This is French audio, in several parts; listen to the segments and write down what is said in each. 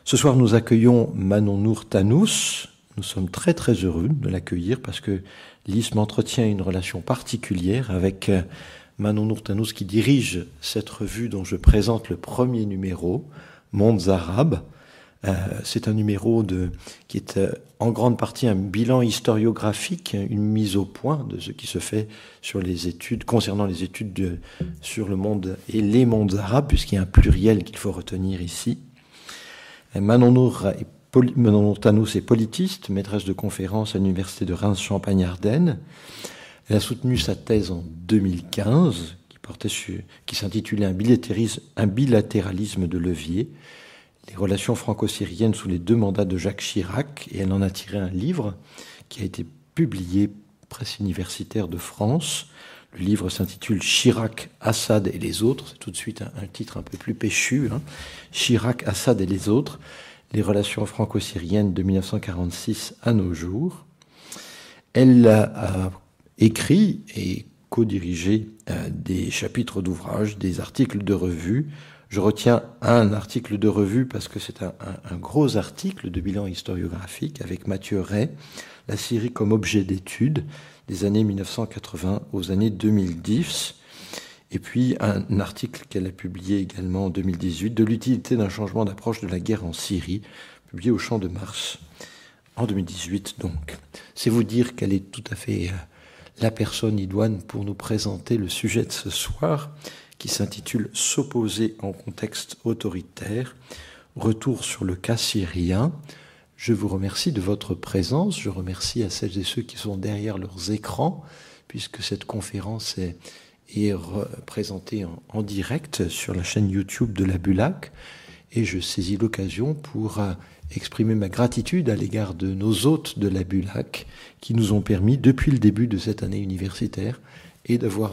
Ce soir, nous accueillons Manon Nour Tannous. Nous sommes très très heureux de l'accueillir parce que l'ISM entretient une relation particulière avec Manon Nour Tannous qui dirige cette revue dont je présente le premier numéro, Mondes Arabes. C'est un numéro qui est en grande partie un bilan historiographique, une mise au point de ce qui se fait sur les études, concernant les études sur le monde et les mondes arabes, puisqu'il y a un pluriel qu'il faut retenir ici. Manon Nour Tannous est politiste, maîtresse de conférences à l'université de Reims-Champagne-Ardenne. Elle a soutenu sa thèse en 2015, qui s'intitulait Un bilatéralisme de levier, les relations franco-syriennes sous les deux mandats de Jacques Chirac, et elle en a tiré un livre qui a été publié Presse universitaire de France. Le livre s'intitule Chirac, Assad et les autres. C'est tout de suite un titre un peu plus péchu. Chirac, Assad et les autres, les relations franco-syriennes de 1946 à nos jours. Elle a écrit et co-dirigé des chapitres d'ouvrages, des articles de revue. Je retiens un article de revue parce que c'est un gros article de bilan historiographique avec Mathieu Ray, la Syrie comme objet d'étude des années 1980 aux années 2010. Et puis un article qu'elle a publié également en 2018 de l'utilité d'un changement d'approche de la guerre en Syrie, publié au Champ de Mars en 2018 donc. C'est vous dire qu'elle est tout à fait la personne idoine pour nous présenter le sujet de ce soir, qui s'intitule « S'opposer en contexte autoritaire, retour sur le cas syrien ». Je vous remercie de votre présence, je remercie à celles et ceux qui sont derrière leurs écrans, puisque cette conférence est présentée en direct sur la chaîne YouTube de la Bulac, et je saisis l'occasion pour exprimer ma gratitude à l'égard de nos hôtes de la Bulac, qui nous ont permis, depuis le début de cette année universitaire, et d'avoir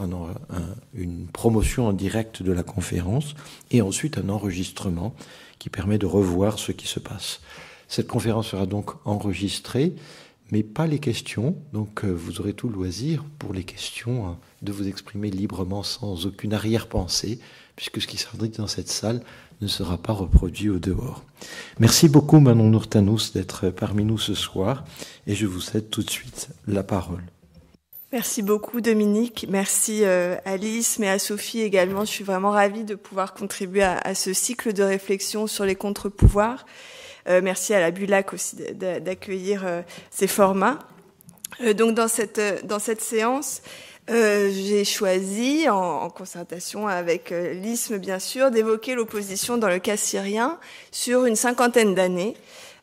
une promotion en direct de la conférence, et ensuite un enregistrement qui permet de revoir ce qui se passe. Cette conférence sera donc enregistrée, mais pas les questions, donc vous aurez tout le loisir pour les questions de vous exprimer librement sans aucune arrière-pensée, puisque ce qui sera dit dans cette salle ne sera pas reproduit au dehors. Merci beaucoup Manon Nour Tannous d'être parmi nous ce soir, et je vous cède tout de suite la parole. Merci beaucoup Dominique, merci Alice, mais à Sophie également. Je suis vraiment ravie de pouvoir contribuer à ce cycle de réflexion sur les contre-pouvoirs. Merci à la Bulac aussi d'accueillir ces formats. Donc dans cette séance, j'ai choisi, en concertation avec l'ISM bien sûr, d'évoquer l'opposition dans le cas syrien sur une 50aine d'années.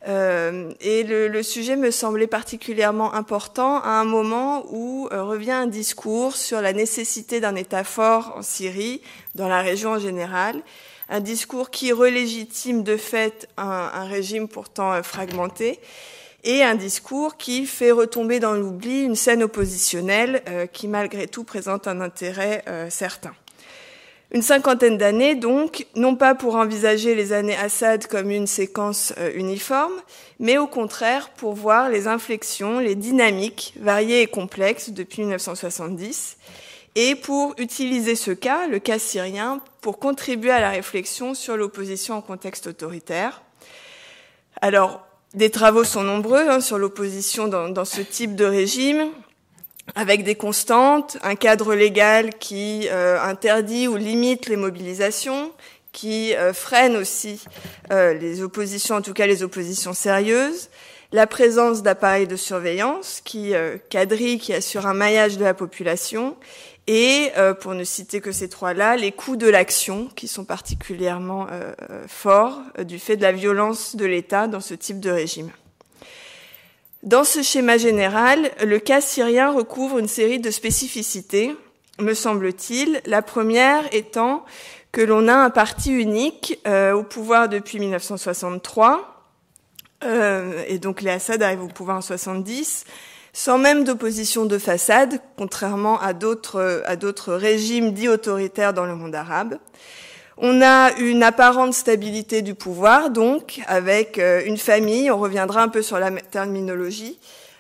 Et le sujet me semblait particulièrement important à un moment où revient un discours sur la nécessité d'un État fort en Syrie, dans la région en général, un discours qui relégitime de fait un régime pourtant fragmenté, et un discours qui fait retomber dans l'oubli une scène oppositionnelle qui malgré tout présente un intérêt certain. Une 50aine d'années, donc, non pas pour envisager les années Assad comme une séquence uniforme, mais au contraire pour voir les inflexions, les dynamiques variées et complexes depuis 1970, et pour utiliser ce cas, le cas syrien, pour contribuer à la réflexion sur l'opposition en contexte autoritaire. Alors, des travaux sont nombreux sur l'opposition dans ce type de régime, avec des constantes, un cadre légal qui interdit ou limite les mobilisations, qui freine aussi les oppositions, en tout cas les oppositions sérieuses, la présence d'appareils de surveillance qui quadrillent, qui assurent un maillage de la population, et, pour ne citer que ces trois-là, les coûts de l'action qui sont particulièrement forts du fait de la violence de l'État dans ce type de régime. Dans ce schéma général, le cas syrien recouvre une série de spécificités, me semble-t-il. La première étant que l'on a un parti unique au pouvoir depuis 1963, et donc les Assad arrivent au pouvoir en 70, sans même d'opposition de façade, contrairement à d'autres régimes dits autoritaires dans le monde arabe. On a une apparente stabilité du pouvoir, donc, avec une famille, on reviendra un peu sur la terminologie,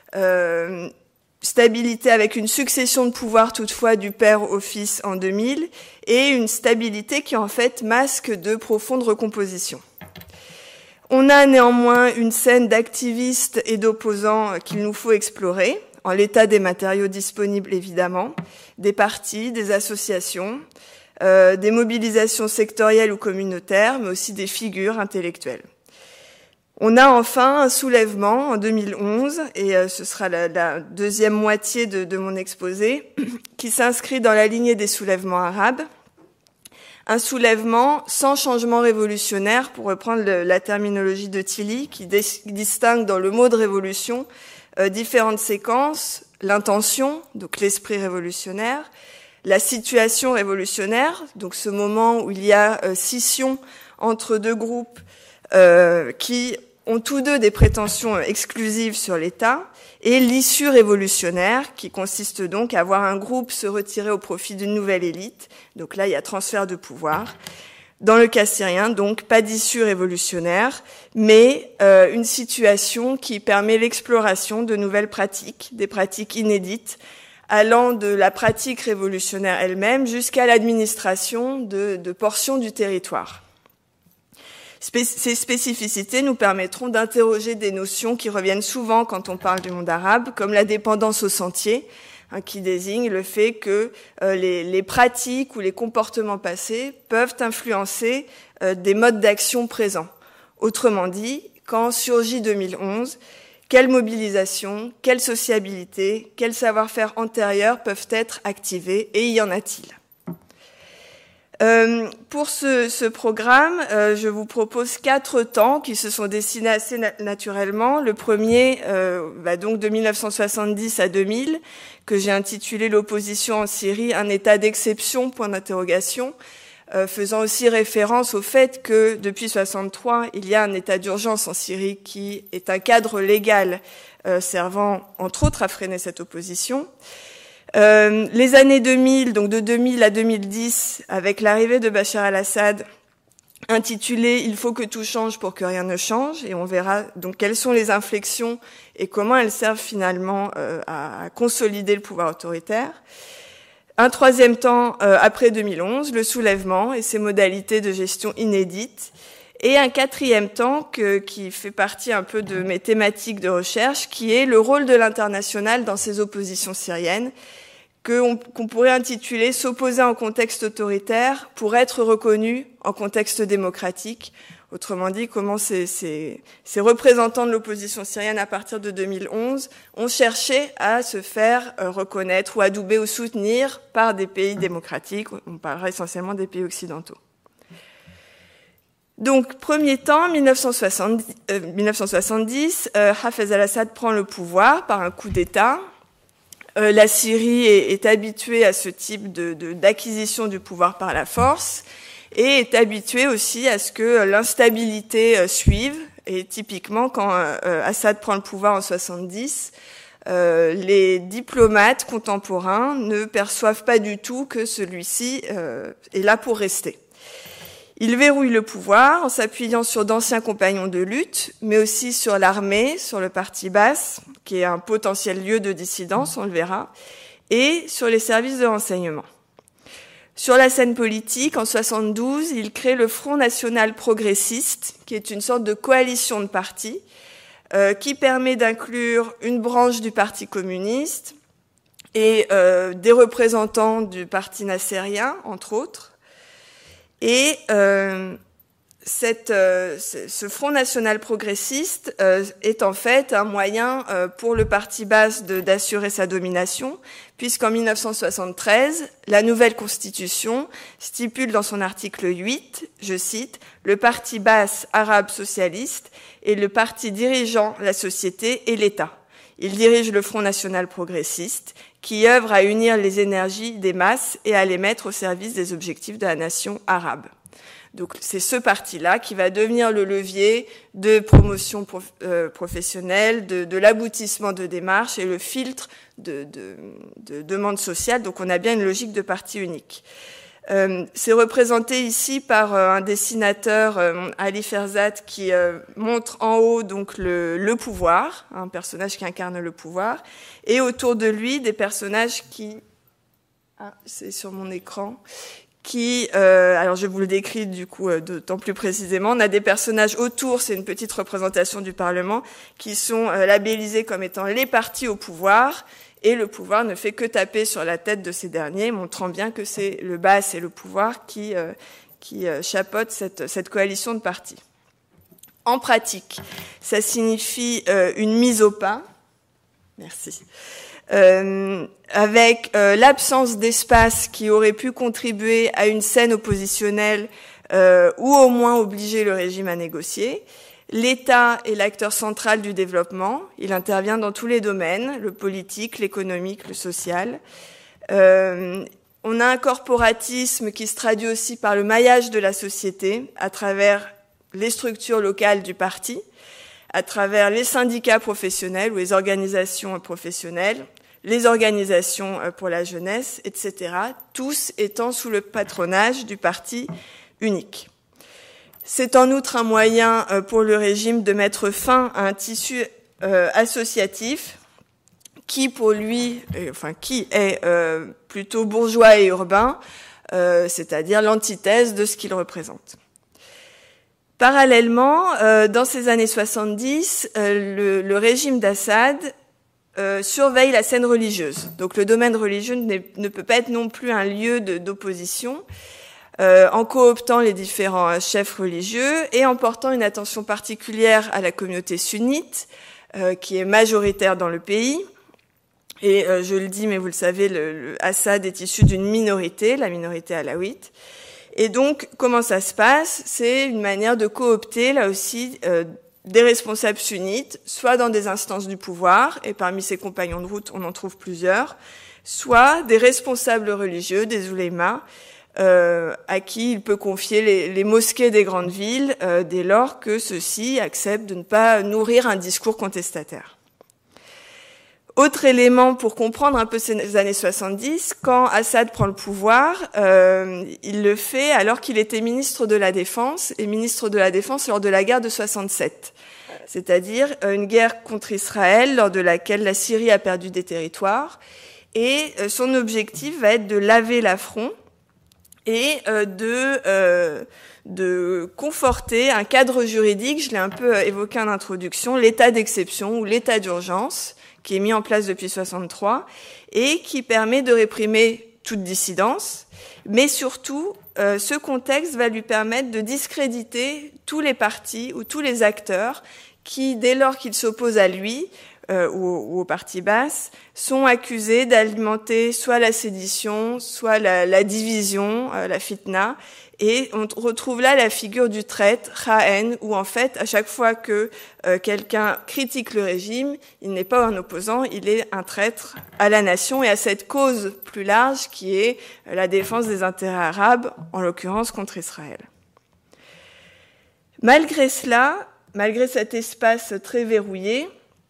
stabilité avec une succession de pouvoir toutefois du père au fils en 2000, et une stabilité qui en fait masque de profondes recompositions. On a néanmoins une scène d'activistes et d'opposants qu'il nous faut explorer, en l'état des matériaux disponibles évidemment, des partis, des associations, des mobilisations sectorielles ou communautaires, mais aussi des figures intellectuelles. On a enfin un soulèvement en 2011, et ce sera la deuxième moitié de mon exposé, qui s'inscrit dans la lignée des soulèvements arabes. Un soulèvement sans changement révolutionnaire, pour reprendre la terminologie de Tilly, qui distingue dans le mot de révolution différentes séquences: l'intention, donc l'esprit révolutionnaire, la situation révolutionnaire, donc ce moment où il y a scission entre deux groupes qui ont tous deux des prétentions exclusives sur l'État, et l'issue révolutionnaire, qui consiste donc à voir un groupe se retirer au profit d'une nouvelle élite. Donc là, il y a transfert de pouvoir. Dans le cas syrien, donc, pas d'issue révolutionnaire, mais une situation qui permet l'exploration de nouvelles pratiques, des pratiques inédites, allant de la pratique révolutionnaire elle-même jusqu'à l'administration de portions du territoire. Ces spécificités nous permettront d'interroger des notions qui reviennent souvent quand on parle du monde arabe, comme la dépendance au sentier, qui désigne le fait que les pratiques ou les comportements passés peuvent influencer des modes d'action présents. Autrement dit, quand surgit 2011, quelle mobilisation, quelle sociabilité, quel savoir-faire antérieur peuvent être activés, et y en a-t-il ? Pour ce programme, je vous propose 4 temps qui se sont dessinés assez naturellement. Le premier, donc de 1970 à 2000, que j'ai intitulé l'opposition en Syrie, un état d'exception, point d'interrogation, faisant aussi référence au fait que depuis 63, il y a un état d'urgence en Syrie qui est un cadre légal servant entre autres à freiner cette opposition. Les années 2000, donc de 2000 à 2010, avec l'arrivée de Bachar al-Assad, intitulée « Il faut que tout change pour que rien ne change », et on verra donc quelles sont les inflexions et comment elles servent finalement à consolider le pouvoir autoritaire. Un troisième temps, après 2011, le soulèvement et ses modalités de gestion inédites. Et un quatrième temps qui fait partie un peu de mes thématiques de recherche, qui est le rôle de l'international dans ces oppositions syriennes, qu'on pourrait intituler « S'opposer en contexte autoritaire pour être reconnu en contexte démocratique ». Autrement dit, comment ces représentants de l'opposition syrienne à partir de 2011 ont cherché à se faire reconnaître ou adouber ou soutenir par des pays démocratiques. On parlera essentiellement des pays occidentaux. Donc, premier temps, 1970, Hafez al-Assad prend le pouvoir par un coup d'État. La Syrie est habituée à ce type d'acquisition du pouvoir par la force et est habituée aussi à ce que l'instabilité suive. Et typiquement, quand Assad prend le pouvoir en 70, les diplomates contemporains ne perçoivent pas du tout que celui-ci est là pour rester. Il verrouille le pouvoir en s'appuyant sur d'anciens compagnons de lutte, mais aussi sur l'armée, sur le parti Baas, qui est un potentiel lieu de dissidence, on le verra, et sur les services de renseignement. Sur la scène politique, en 72, il crée le Front National Progressiste, qui est une sorte de coalition de partis, qui permet d'inclure une branche du Parti communiste et des représentants du Parti nassérien, entre autres. Et ce Front National Progressiste est en fait un moyen pour le parti Baas d'assurer sa domination, puisqu'en 1973, la nouvelle Constitution stipule dans son article 8, je cite, « Le parti Baas arabe socialiste est le parti dirigeant la société et l'État. Il dirige le Front National Progressiste, qui œuvre à unir les énergies des masses et à les mettre au service des objectifs de la nation arabe. » Donc c'est ce parti-là qui va devenir le levier de promotion professionnelle, de l'aboutissement de démarches et le filtre de demandes sociales. Donc on a bien une logique de parti unique. C'est représenté ici par un dessinateur, Ali Ferzat, qui montre en haut donc le pouvoir, un personnage qui incarne le pouvoir, et autour de lui des personnages qui, c'est sur mon écran, qui, alors je vous le décris du coup d'autant plus précisément, on a des personnages autour, c'est une petite représentation du Parlement, qui sont labellisés comme étant les partis au pouvoir, et le pouvoir ne fait que taper sur la tête de ces derniers, montrant bien que c'est le bas et le pouvoir qui chapeautent cette coalition de partis. En pratique, ça signifie une mise au pas, merci, avec l'absence d'espace qui aurait pu contribuer à une scène oppositionnelle ou au moins obliger le régime à négocier. L'État est l'acteur central du développement. Il intervient dans tous les domaines, le politique, l'économique, le social. On a un corporatisme qui se traduit aussi par le maillage de la société à travers les structures locales du parti, à travers les syndicats professionnels ou les organisations professionnelles, les organisations pour la jeunesse, etc., tous étant sous le patronage du parti unique. C'est en outre un moyen pour le régime de mettre fin à un tissu associatif qui, pour lui, qui est plutôt bourgeois et urbain, c'est-à-dire l'antithèse de ce qu'il représente. Parallèlement, dans ces années 70, le régime d'Assad surveille la scène religieuse. Donc le domaine religieux ne peut pas être non plus un lieu d'opposition, en cooptant les différents chefs religieux et en portant une attention particulière à la communauté sunnite, qui est majoritaire dans le pays. Et je le dis, mais vous le savez, Assad est issu d'une minorité, la minorité alaouite. Et donc, comment ça se passe? C'est une manière de coopter, là aussi, des responsables sunnites, soit dans des instances du pouvoir, et parmi ses compagnons de route, on en trouve plusieurs, soit des responsables religieux, des oulémas, à qui il peut confier les mosquées des grandes villes, dès lors que ceux-ci acceptent de ne pas nourrir un discours contestataire. Autre élément pour comprendre un peu ces années 70, quand Assad prend le pouvoir, il le fait alors qu'il était ministre de la Défense, et ministre de la Défense lors de la guerre de 67, c'est-à-dire une guerre contre Israël lors de laquelle la Syrie a perdu des territoires, et son objectif va être de laver l'affront et de conforter un cadre juridique, je l'ai un peu évoqué en introduction, l'état d'exception ou l'état d'urgence, qui est mis en place depuis 63 et qui permet de réprimer toute dissidence, mais surtout, ce contexte va lui permettre de discréditer tous les partis ou tous les acteurs qui, dès lors qu'ils s'opposent à lui ou au parti basse, sont accusés d'alimenter soit la sédition, soit la division, la fitna. Et on retrouve là la figure du traître, Khaen, où en fait, à chaque fois que quelqu'un critique le régime, il n'est pas un opposant, il est un traître à la nation et à cette cause plus large qui est la défense des intérêts arabes, en l'occurrence contre Israël. Malgré cela, malgré cet espace très verrouillé,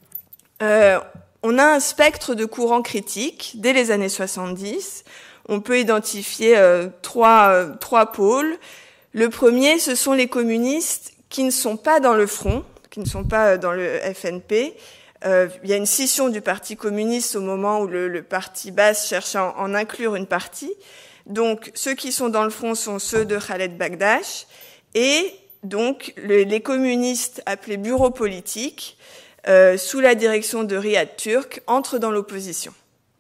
on a un spectre de courants critiques dès les années 70. On peut identifier trois pôles. Le premier, ce sont les communistes qui ne sont pas dans le front, qui ne sont pas dans le FNP. Il y a une scission du Parti communiste au moment où le Parti basse cherche à en inclure une partie. Donc, ceux qui sont dans le front sont ceux de Khaled Bagdash. Et donc, les communistes appelés bureaux politiques, sous la direction de Riyad Turk, entrent dans l'opposition.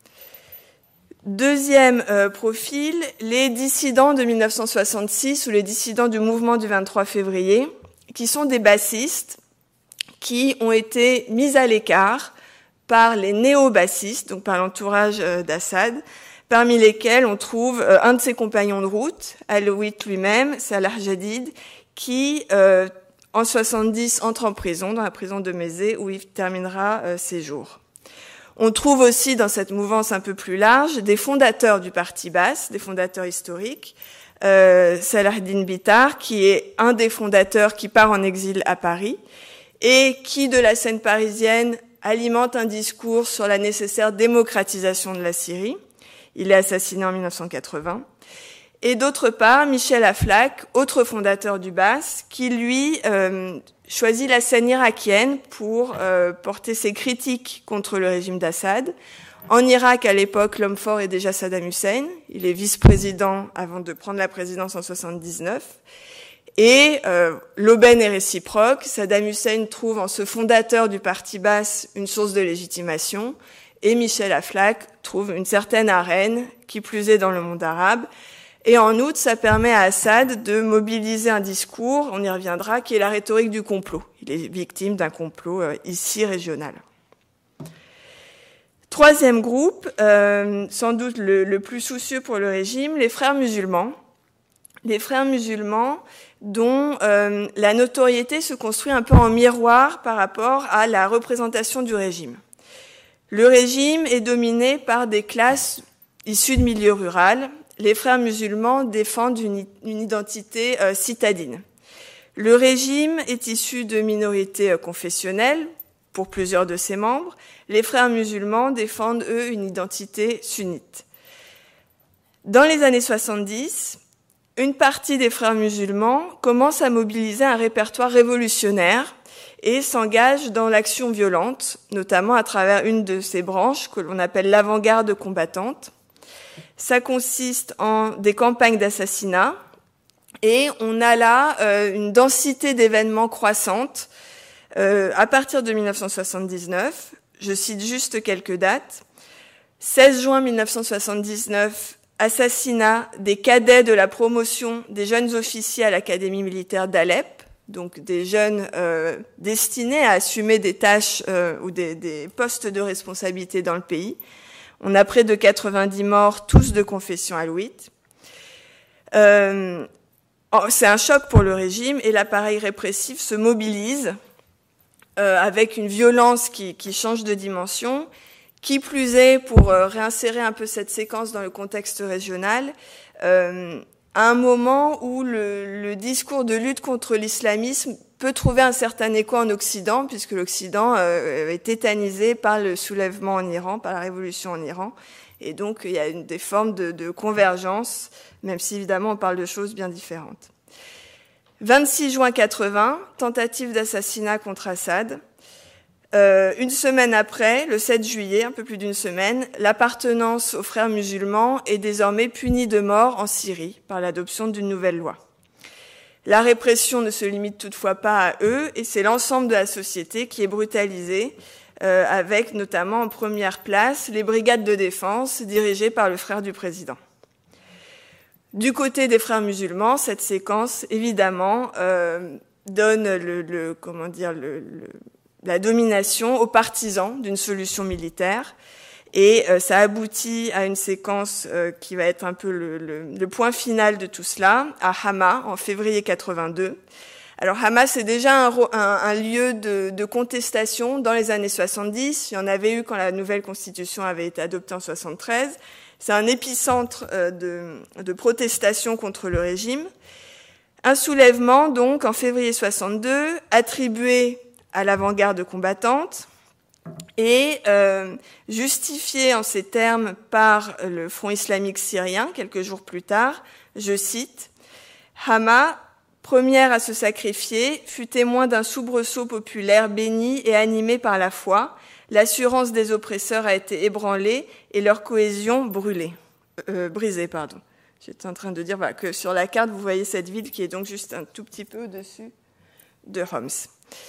Deuxième profil, les dissidents de 1966 ou les dissidents du mouvement du 23 février, qui sont des bassistes qui ont été mis à l'écart par les néo-bassistes, donc par l'entourage d'Assad, parmi lesquels on trouve un de ses compagnons de route, alaouite lui-même, Salah Jadid, qui, en 70, entre en prison, dans la prison de Mézé, où il terminera ses jours. On trouve aussi dans cette mouvance un peu plus large des fondateurs du Parti basse, des fondateurs historiques. Salahdin Bitar, qui est un des fondateurs qui part en exil à Paris et qui, de la scène parisienne, alimente un discours sur la nécessaire démocratisation de la Syrie. Il est assassiné en 1980. Et d'autre part, Michel Aflaq, autre fondateur du BAS, qui lui choisit la scène irakienne pour porter ses critiques contre le régime d'Assad, En Irak, à l'époque, l'homme fort est déjà Saddam Hussein. Il est vice-président avant de prendre la présidence en 79. Et l'aubaine est réciproque. Saddam Hussein trouve en ce fondateur du parti Baas une source de légitimation. Et Michel Aflaq trouve une certaine arène, qui plus est dans le monde arabe. Et en outre, ça permet à Assad de mobiliser un discours, on y reviendra, qui est la rhétorique du complot. Il est victime d'un complot ici régional. Troisième groupe, sans doute le plus soucieux pour le régime, les frères musulmans. Les frères musulmans dont la notoriété se construit un peu en miroir par rapport à la représentation du régime. Le régime est dominé par des classes issues de milieux ruraux. Les frères musulmans défendent une identité citadine. Le régime est issu de minorités confessionnelles, pour plusieurs de ses membres. Les frères musulmans défendent, eux, une identité sunnite. Dans les années 70, une partie des frères musulmans commence à mobiliser un répertoire révolutionnaire et s'engage dans l'action violente, notamment à travers une de ces branches que l'on appelle l'avant-garde combattante. Ça consiste en des campagnes d'assassinat et on a là une densité d'événements croissante à partir de 1979. Je cite juste quelques dates. 16 juin 1979, assassinat des cadets de la promotion des jeunes officiers à l'Académie militaire d'Alep, donc des jeunes destinés à assumer des tâches ou des postes de responsabilité dans le pays. On a près de 90 morts, tous de confession alouite. C'est un choc pour le régime et l'appareil répressif se mobilise avec une violence qui change de dimension. Qui plus est, pour réinsérer un peu cette séquence dans le contexte régional, à un moment où le discours de lutte contre l'islamisme peut trouver un certain écho en Occident, puisque l'Occident est tétanisé par le soulèvement en Iran, par la révolution en Iran. Et donc, il y a des formes de convergence, même si évidemment on parle de choses bien différentes. 26 juin 80, tentative d'assassinat contre Assad. Une semaine après, le 7 juillet, un peu plus d'une semaine, l'appartenance aux frères musulmans est désormais punie de mort en Syrie par l'adoption d'une nouvelle loi. La répression ne se limite toutefois pas à eux et c'est l'ensemble de la société qui est brutalisée, avec notamment en première place les brigades de défense dirigées par le frère du président. Du côté des frères musulmans, cette séquence, évidemment, donne la domination aux partisans d'une solution militaire. Et ça aboutit à une séquence qui va être un peu le point final de tout cela, à Hama, en février 82. Alors Hama, c'est déjà un lieu de contestation dans les années 70. Il y en avait eu quand la nouvelle constitution avait été adoptée en 73. C'est un épicentre de protestation contre le régime. Un soulèvement, donc, en février 62, attribué à l'avant-garde combattante et justifié en ces termes par le Front islamique syrien quelques jours plus tard, je cite, « Hama, première à se sacrifier, fut témoin d'un soubresaut populaire béni et animé par la foi. L'assurance des oppresseurs a été ébranlée et leur cohésion brisée. » J'étais en train de dire que sur la carte, vous voyez cette ville qui est donc juste un tout petit peu au-dessus de Homs.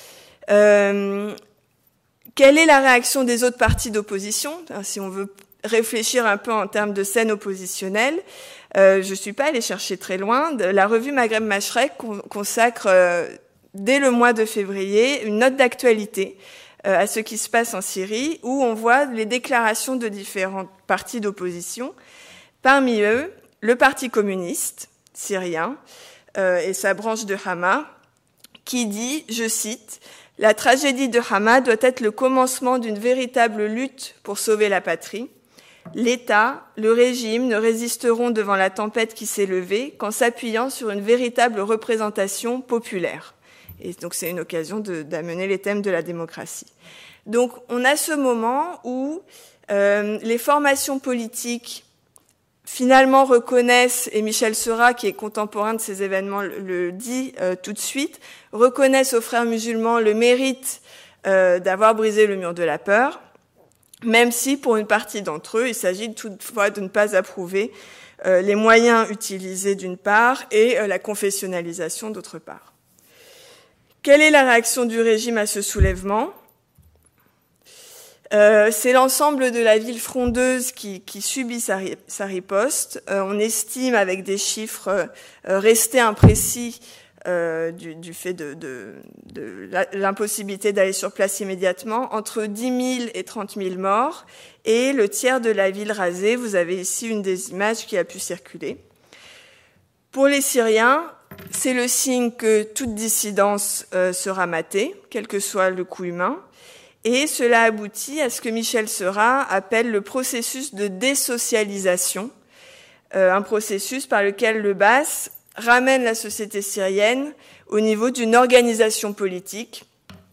Quelle est la réaction des autres partis d'opposition ? Si on veut réfléchir un peu en termes de scène oppositionnelle, je suis pas allée chercher très loin. La revue Maghreb Mashrek consacre dès le mois de février une note d'actualité à ce qui se passe en Syrie, où on voit les déclarations de différents partis d'opposition. Parmi eux, le Parti communiste syrien et sa branche de Hama, qui dit, je cite, « La tragédie de Hama doit être le commencement d'une véritable lutte pour sauver la patrie. L'État, le régime ne résisteront devant la tempête qui s'est levée qu'en s'appuyant sur une véritable représentation populaire. » Et donc c'est une occasion d'amener les thèmes de la démocratie. Donc on a ce moment où les formations politiques finalement reconnaissent, et Michel Seurat, qui est contemporain de ces événements, le dit tout de suite, reconnaissent aux frères musulmans le mérite d'avoir brisé le mur de la peur. même si pour une partie d'entre eux, il s'agit toutefois de ne pas approuver les moyens utilisés d'une part et la confessionnalisation d'autre part. Quelle est la réaction du régime à ce soulèvement ? C'est l'ensemble de la ville frondeuse qui subit sa riposte. On estime avec des chiffres restés imprécis du fait de l'impossibilité d'aller sur place immédiatement, entre 10 000 et 30 000 morts, et le tiers de la ville rasée. Vous avez ici une des images qui a pu circuler. Pour les Syriens, c'est le signe que toute dissidence sera matée, quel que soit le coût humain, et cela aboutit à ce que Michel Seurat appelle le processus de désocialisation, un processus par lequel le Baas ramène la société syrienne au niveau d'une organisation politique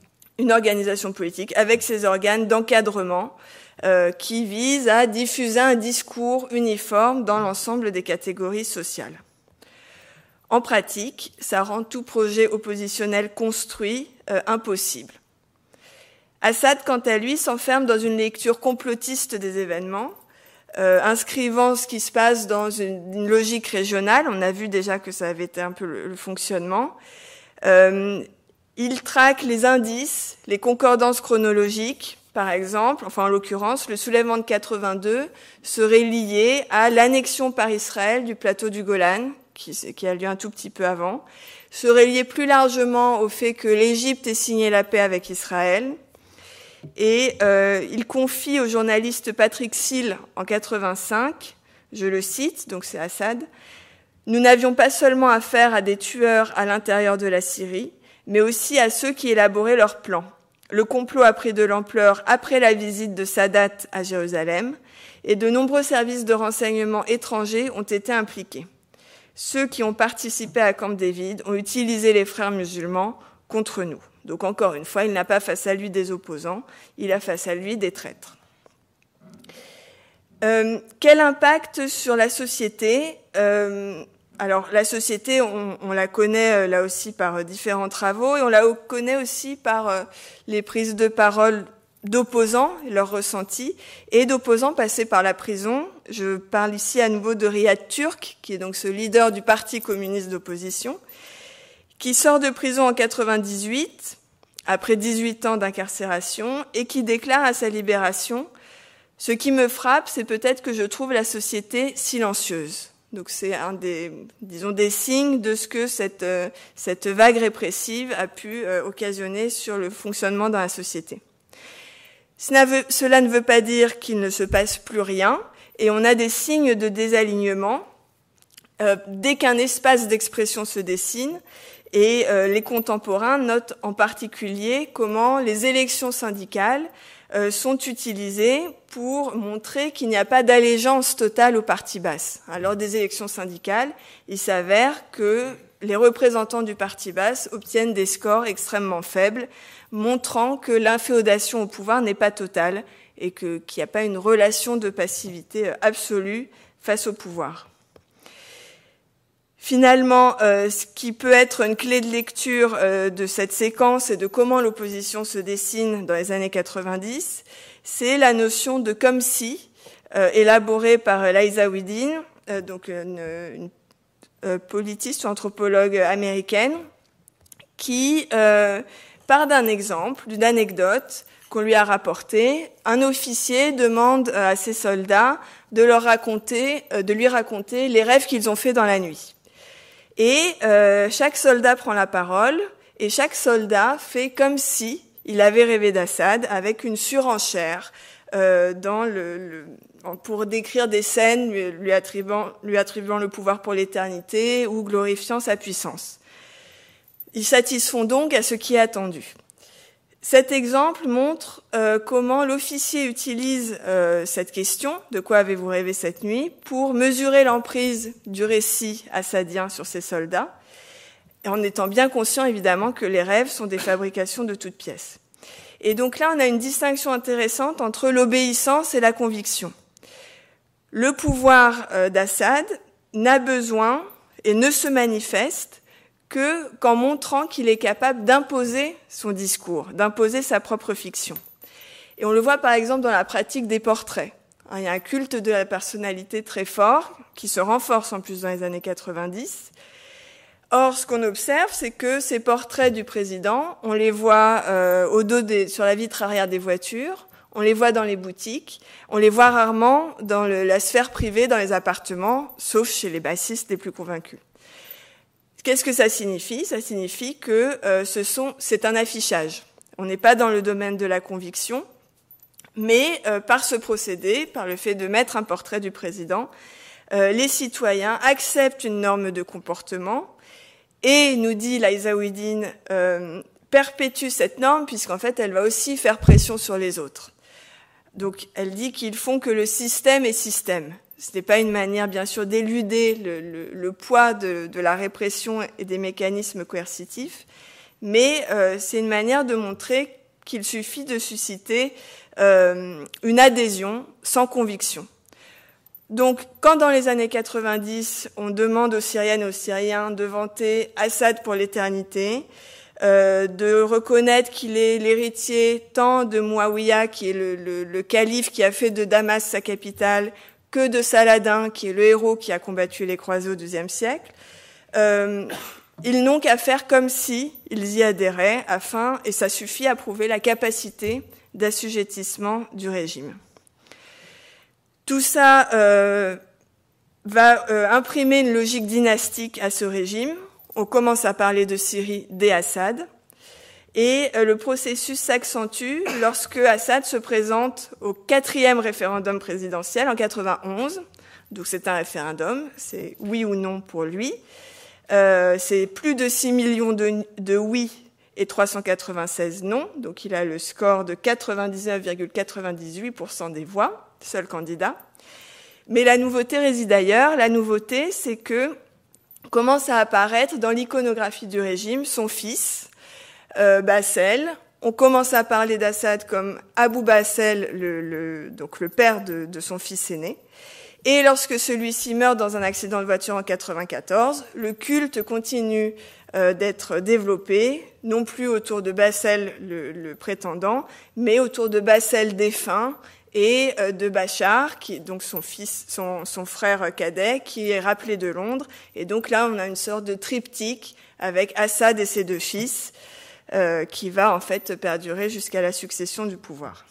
avec ses organes d'encadrement qui visent à diffuser un discours uniforme dans l'ensemble des catégories sociales. En pratique, ça rend tout projet oppositionnel construit impossible. Assad, quant à lui, s'enferme dans une lecture complotiste des événements, inscrivant ce qui se passe dans une logique régionale. On a vu déjà que ça avait été un peu le fonctionnement. Il traque les indices, les concordances chronologiques, par exemple. Enfin, en l'occurrence, le soulèvement de 82 serait lié à l'annexion par Israël du plateau du Golan, qui a lieu un tout petit peu avant, serait lié plus largement au fait que l'Égypte ait signé la paix avec Israël. Et il confie au journaliste Patrick Seal en 85, je le cite, donc c'est Assad, « Nous n'avions pas seulement affaire à des tueurs à l'intérieur de la Syrie, mais aussi à ceux qui élaboraient leurs plans. Le complot a pris de l'ampleur après la visite de Sadat à Jérusalem, et de nombreux services de renseignement étrangers ont été impliqués. Ceux qui ont participé à Camp David ont utilisé les frères musulmans contre nous. » Donc encore une fois, il n'a pas face à lui des opposants, il a face à lui des traîtres. Quel impact sur la société ? Alors la société, on la connaît là aussi par différents travaux, et on la connaît aussi par les prises de parole d'opposants, leurs ressentis, et d'opposants passés par la prison. Je parle ici à nouveau de Riyad Turk, qui est donc ce leader du Parti communiste d'opposition, qui sort de prison en 98, après 18 ans d'incarcération, et qui déclare à sa libération « Ce qui me frappe, c'est peut-être que je trouve la société silencieuse ». Donc c'est un des signes de ce que cette vague répressive a pu occasionner sur le fonctionnement dans la société. Cela ne veut pas dire qu'il ne se passe plus rien, et on a des signes de désalignement dès qu'un espace d'expression se dessine. Et les contemporains notent en particulier comment les élections syndicales sont utilisées pour montrer qu'il n'y a pas d'allégeance totale au parti Baas. Lors des élections syndicales, il s'avère que les représentants du parti Baas obtiennent des scores extrêmement faibles, montrant que l'inféodation au pouvoir n'est pas totale et qu'il n'y a pas une relation de passivité absolue face au pouvoir. Finalement, ce qui peut être une clé de lecture de cette séquence et de comment l'opposition se dessine dans les années 90, c'est la notion de comme si, élaborée par Liza Wedin, donc une politiste ou anthropologue américaine, qui part d'un exemple, d'une anecdote qu'on lui a rapportée. Un officier demande à ses soldats de lui raconter les rêves qu'ils ont faits dans la nuit. Et chaque soldat prend la parole, et chaque soldat fait comme si il avait rêvé d'Assad, avec une surenchère pour décrire des scènes lui attribuant le pouvoir pour l'éternité ou glorifiant sa puissance. Ils satisfont donc à ce qui est attendu. Cet exemple montre comment l'officier utilise cette question, de quoi avez-vous rêvé cette nuit, pour mesurer l'emprise du récit assadien sur ses soldats, en étant bien conscient évidemment que les rêves sont des fabrications de toutes pièces. Et donc là, on a une distinction intéressante entre l'obéissance et la conviction. Le pouvoir d'Assad n'a besoin et ne se manifeste qu'en montrant qu'il est capable d'imposer son discours, d'imposer sa propre fiction. Et on le voit par exemple dans la pratique des portraits. Il y a un culte de la personnalité très fort, qui se renforce en plus dans les années 90. Or, ce qu'on observe, c'est que ces portraits du président, on les voit sur la vitre arrière des voitures, on les voit dans les boutiques, on les voit rarement dans la sphère privée, dans les appartements, sauf chez les bassistes les plus convaincus. Qu'est-ce que ça signifie ? Ça signifie que c'est un affichage. On n'est pas dans le domaine de la conviction, mais par ce procédé, par le fait de mettre un portrait du président, les citoyens acceptent une norme de comportement et, nous dit Liza Ouidine, perpétue cette norme puisqu'en fait elle va aussi faire pression sur les autres. Donc elle dit qu'ils font que le système est système. Ce n'est pas une manière, bien sûr, d'éluder le poids de la répression et des mécanismes coercitifs, mais c'est une manière de montrer qu'il suffit de susciter une adhésion sans conviction. Donc, quand dans les années 90, on demande aux Syriennes et aux Syriens de vanter Assad pour l'éternité, de reconnaître qu'il est l'héritier tant de Mouawiya, qui est le calife qui a fait de Damas sa capitale, que de Saladin, qui est le héros qui a combattu les croisés au XIIe siècle, ils n'ont qu'à faire comme si ils y adhéraient, et ça suffit à prouver la capacité d'assujettissement du régime. Tout ça va imprimer une logique dynastique à ce régime. On commence à parler de Syrie dès Assad. Et le processus s'accentue lorsque Assad se présente au 4e référendum présidentiel en 91. Donc c'est un référendum, c'est oui ou non pour lui. C'est plus de 6 millions de oui et 396 non. Donc il a le score de 99,98% des voix, seul candidat. Mais la nouveauté réside ailleurs. La nouveauté, c'est que commence à apparaître dans l'iconographie du régime son fils, Bassel. On commence à parler d'Assad comme Abou Bassel, donc le père de son fils aîné. Et lorsque celui-ci meurt dans un accident de voiture en 94, le culte continue d'être développé, non plus autour de Bassel, le prétendant, mais autour de Bassel défunt et de Bachar, qui est donc son fils, son frère cadet, qui est rappelé de Londres. Et donc là, on a une sorte de triptyque avec Assad et ses 2 fils, qui va en fait perdurer jusqu'à la succession du pouvoir.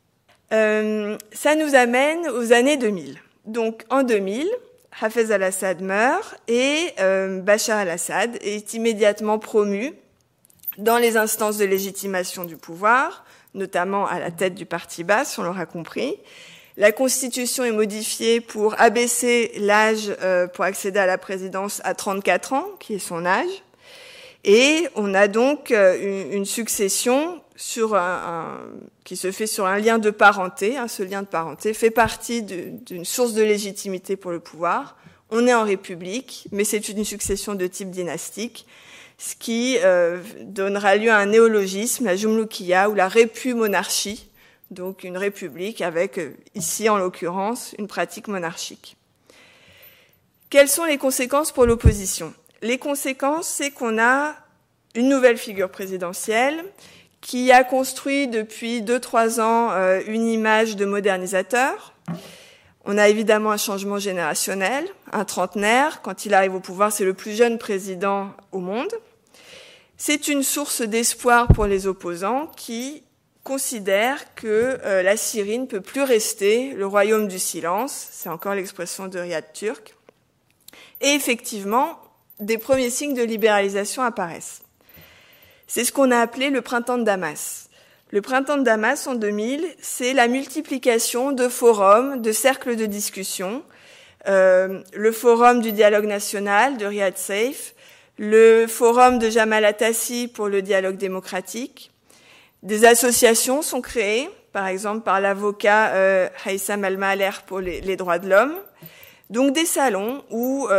Ça nous amène aux années 2000. Donc en 2000, Hafez al-Assad meurt et Bachar al-Assad est immédiatement promu dans les instances de légitimation du pouvoir, notamment à la tête du parti Baas, on l'aura compris. La Constitution est modifiée pour abaisser l'âge pour accéder à la présidence à 34 ans, qui est son âge. Et on a donc une succession qui se fait sur un lien de parenté. Ce lien de parenté fait partie d'une source de légitimité pour le pouvoir. On est en république, mais c'est une succession de type dynastique, ce qui donnera lieu à un néologisme, la Jumloukiya, ou la répu-monarchie, donc une république avec, ici en l'occurrence, une pratique monarchique. Quelles sont les conséquences pour l'opposition ? Les conséquences, c'est qu'on a une nouvelle figure présidentielle qui a construit depuis 2-3 ans une image de modernisateur. On a évidemment un changement générationnel, un trentenaire. Quand il arrive au pouvoir, c'est le plus jeune président au monde. C'est une source d'espoir pour les opposants qui considèrent que la Syrie ne peut plus rester le royaume du silence. C'est encore l'expression de Riyad Turk. Et effectivement, des premiers signes de libéralisation apparaissent. C'est ce qu'on a appelé le printemps de Damas. Le printemps de Damas, en 2000, c'est la multiplication de forums, de cercles de discussion. Le forum du dialogue national de Riyad Seif, le forum de Jamal Atassi pour le dialogue démocratique. Des associations sont créées, par exemple par l'avocat Haïssam Al-Maler pour les droits de l'homme. Donc des salons où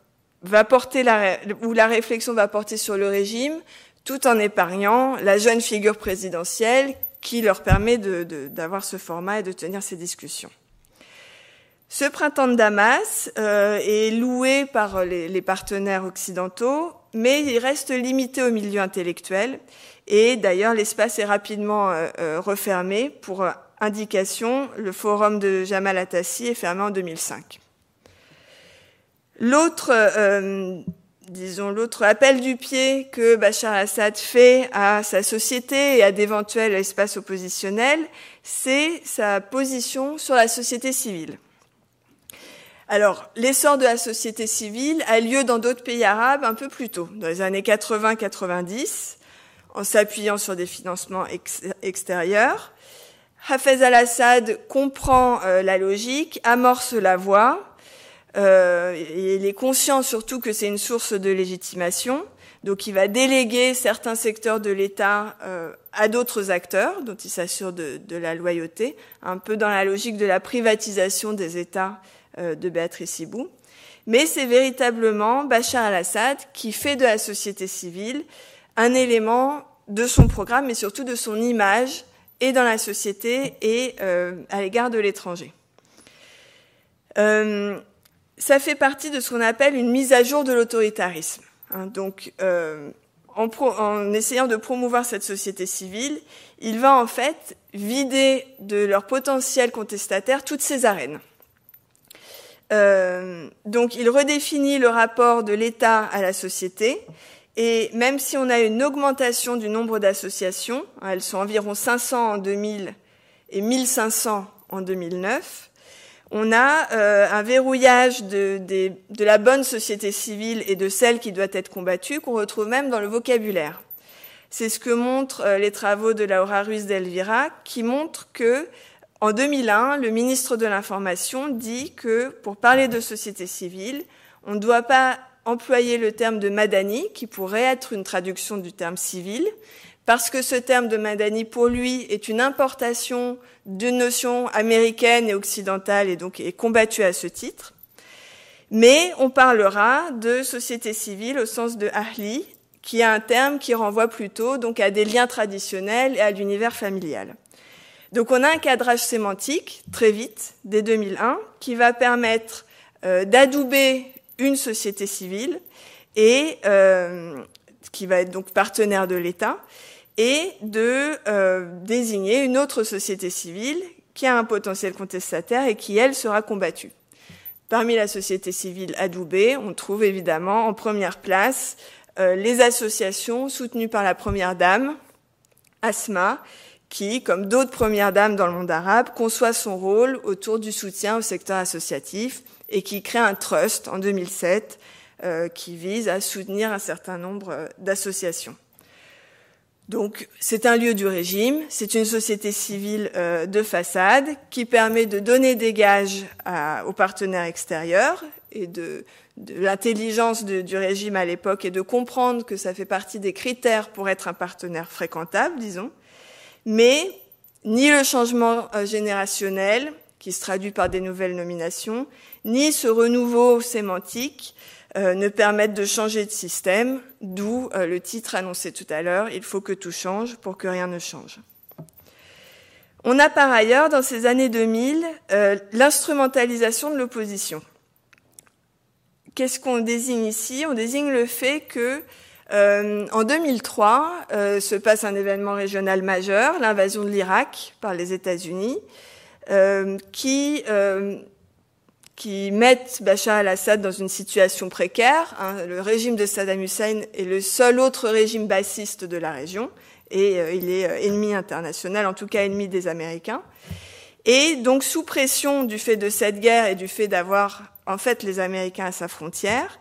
la réflexion va porter sur le régime, tout en épargnant la jeune figure présidentielle qui leur permet d'avoir ce format et de tenir ces discussions. Ce printemps de Damas est loué par les partenaires occidentaux mais il reste limité au milieu intellectuel. Et d'ailleurs, l'espace est rapidement refermé. Pour indication, le forum de Jamal Atassi est fermé en 2005. L'autre appel du pied que Bachar al-Assad fait à sa société et à d'éventuels espaces oppositionnels, c'est sa position sur la société civile. Alors, l'essor de la société civile a lieu dans d'autres pays arabes un peu plus tôt, dans les années 80-90, en s'appuyant sur des financements extérieurs. Hafez al-Assad comprend la logique, amorce la voie, et il est conscient surtout que c'est une source de légitimation, donc il va déléguer certains secteurs de l'État à d'autres acteurs, dont il s'assure de la loyauté, un peu dans la logique de la privatisation des États de Béatrice Hibou. Mais c'est véritablement Bachar al-Assad qui fait de la société civile un élément de son programme, mais surtout de son image, et dans la société et à l'égard de l'étranger. Ça fait partie de ce qu'on appelle une mise à jour de l'autoritarisme. Donc, en essayant de promouvoir cette société civile, il va en fait vider de leur potentiel contestataire toutes ces arènes. Donc, il redéfinit le rapport de l'État à la société. Et même si on a une augmentation du nombre d'associations, elles sont environ 500 en 2000 et 1500 en 2009, on a un verrouillage de la bonne société civile et de celle qui doit être combattue qu'on retrouve même dans le vocabulaire. C'est ce que montrent les travaux de Laura Ruiz de Elvira, qui montrent que en 2001, le ministre de l'Information dit que pour parler de société civile, on ne doit pas employer le terme de Madani, qui pourrait être une traduction du terme civil, parce que ce terme de Madani, pour lui, est une importation d'une notion américaine et occidentale et donc est combattue à ce titre. Mais on parlera de société civile au sens de Ahli, qui est un terme qui renvoie plutôt donc à des liens traditionnels et à l'univers familial. Donc on a un cadrage sémantique, très vite, dès 2001, qui va permettre d'adouber une société civile et qui va être donc partenaire de l'État et de désigner une autre société civile qui a un potentiel contestataire et qui, elle, sera combattue. Parmi la société civile adoubée, on trouve évidemment en première place les associations soutenues par la première dame, Asma, qui, comme d'autres premières dames dans le monde arabe, conçoit son rôle autour du soutien au secteur associatif et qui crée un trust en 2007 qui vise à soutenir un certain nombre d'associations. Donc, c'est un lieu du régime, c'est une société civile de façade qui permet de donner des gages aux partenaires extérieurs et de l'intelligence du régime à l'époque et de comprendre que ça fait partie des critères pour être un partenaire fréquentable, disons. Mais ni le changement générationnel, qui se traduit par des nouvelles nominations, ni ce renouveau sémantique ne permettent de changer de système, d'où le titre annoncé tout à l'heure, « Il faut que tout change pour que rien ne change ». On a par ailleurs, dans ces années 2000, l'instrumentalisation de l'opposition. Qu'est-ce qu'on désigne ici ? On désigne le fait que en 2003, se passe un événement régional majeur, l'invasion de l'Irak par les États-Unis, qui mettent Bachar al-Assad dans une situation précaire. Le régime de Saddam Hussein est le seul autre régime bassiste de la région, et il est ennemi international, en tout cas ennemi des Américains. Et donc, sous pression du fait de cette guerre et du fait d'avoir, en fait, les Américains à sa frontière,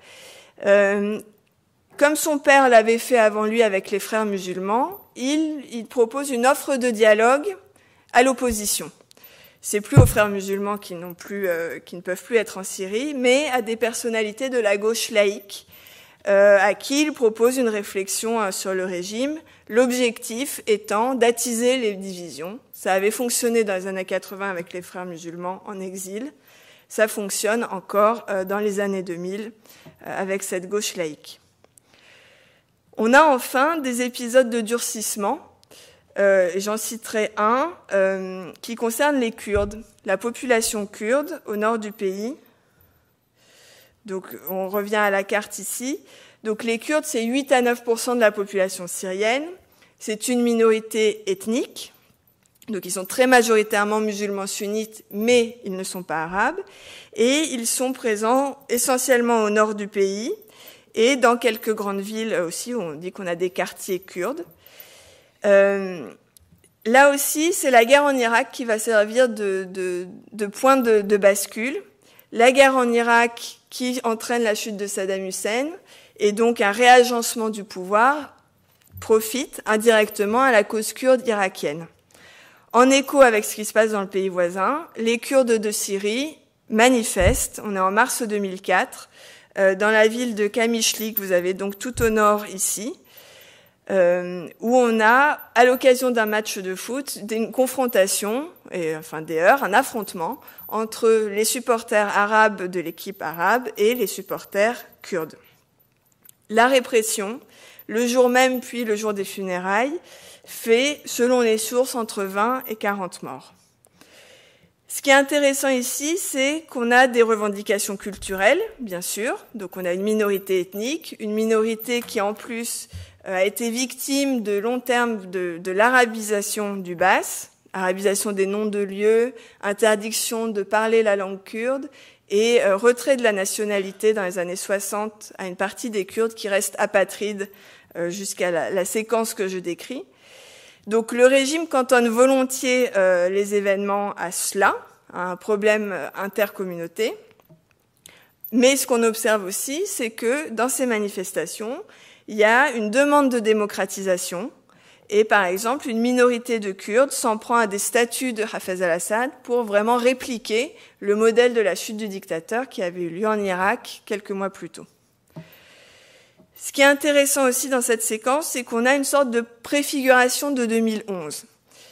comme son père l'avait fait avant lui avec les frères musulmans, il propose une offre de dialogue à l'opposition. C'est plus aux frères musulmans qui ne peuvent plus être en Syrie, mais à des personnalités de la gauche laïque, à qui il propose une réflexion sur le régime, l'objectif étant d'attiser les divisions. Ça avait fonctionné dans les années 80 avec les frères musulmans en exil. Ça fonctionne encore dans les années 2000 avec cette gauche laïque. On a enfin des épisodes de durcissement. J'en citerai un qui concerne les Kurdes, la population kurde au nord du pays. Donc on revient à la carte ici. Donc les Kurdes, c'est 8 à 9% de la population syrienne. C'est une minorité ethnique. Donc ils sont très majoritairement musulmans sunnites, mais ils ne sont pas arabes. Et ils sont présents essentiellement au nord du pays et dans quelques grandes villes aussi, où on dit qu'on a des quartiers kurdes. Là aussi, c'est la guerre en Irak qui va servir de point de bascule. La guerre en Irak qui entraîne la chute de Saddam Hussein et donc un réagencement du pouvoir profite indirectement à la cause kurde irakienne. En écho avec ce qui se passe dans le pays voisin, les Kurdes de Syrie manifestent, on est en mars 2004, dans la ville de Kamishli, que vous avez donc tout au nord ici, où on a, à l'occasion d'un match de foot, une confrontation, des heurts, un affrontement entre les supporters arabes de l'équipe arabe et les supporters kurdes. La répression, le jour même puis le jour des funérailles, fait, selon les sources, entre 20 et 40 morts. Ce qui est intéressant ici, c'est qu'on a des revendications culturelles, bien sûr. Donc on a une minorité ethnique, une minorité qui en plus a été victime de long terme de l'arabisation du Bas, arabisation des noms de lieux, interdiction de parler la langue kurde et retrait de la nationalité dans les années 60 à une partie des Kurdes qui restent apatrides jusqu'à la séquence que je décris. Donc le régime cantonne volontiers les événements à cela, à un problème intercommunauté. Mais ce qu'on observe aussi, c'est que dans ces manifestations, il y a une demande de démocratisation. Et par exemple, une minorité de Kurdes s'en prend à des statuts de Hafez al-Assad pour vraiment répliquer le modèle de la chute du dictateur qui avait eu lieu en Irak quelques mois plus tôt. Ce qui est intéressant aussi dans cette séquence, c'est qu'on a une sorte de préfiguration de 2011.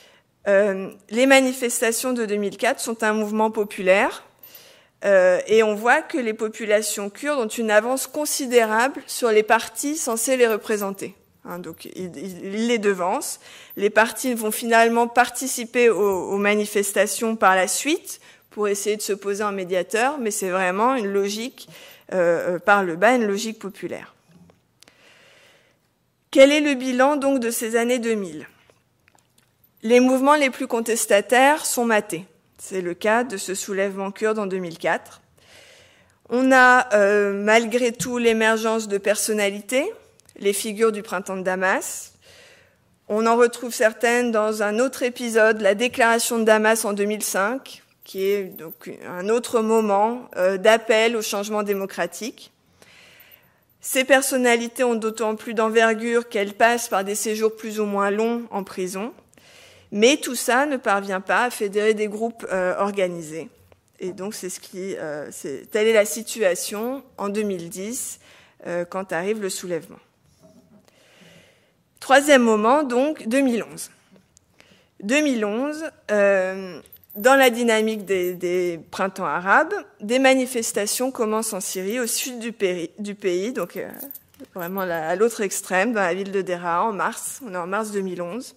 Les manifestations de 2004 sont un mouvement populaire et on voit que les populations kurdes ont une avance considérable sur les partis censés les représenter. Donc ils les devancent. Les partis vont finalement participer aux manifestations par la suite pour essayer de se poser en médiateur, mais c'est vraiment une logique par le bas, une logique populaire. Quel est le bilan donc de ces années 2000 ? Les mouvements les plus contestataires sont matés. C'est le cas de ce soulèvement kurde en 2004. On a malgré tout l'émergence de personnalités, les figures du printemps de Damas. On en retrouve certaines dans un autre épisode, la déclaration de Damas en 2005, qui est donc un autre moment d'appel au changement démocratique. Ces personnalités ont d'autant plus d'envergure qu'elles passent par des séjours plus ou moins longs en prison. Mais tout ça ne parvient pas à fédérer des groupes organisés. Et donc telle est la situation en 2010 quand arrive le soulèvement. Troisième moment, donc 2011. 2011, dans la dynamique des printemps arabes, des manifestations commencent en Syrie, au sud du pays, donc vraiment à l'autre extrême, dans la ville de Deraa, en mars. On est en mars 2011.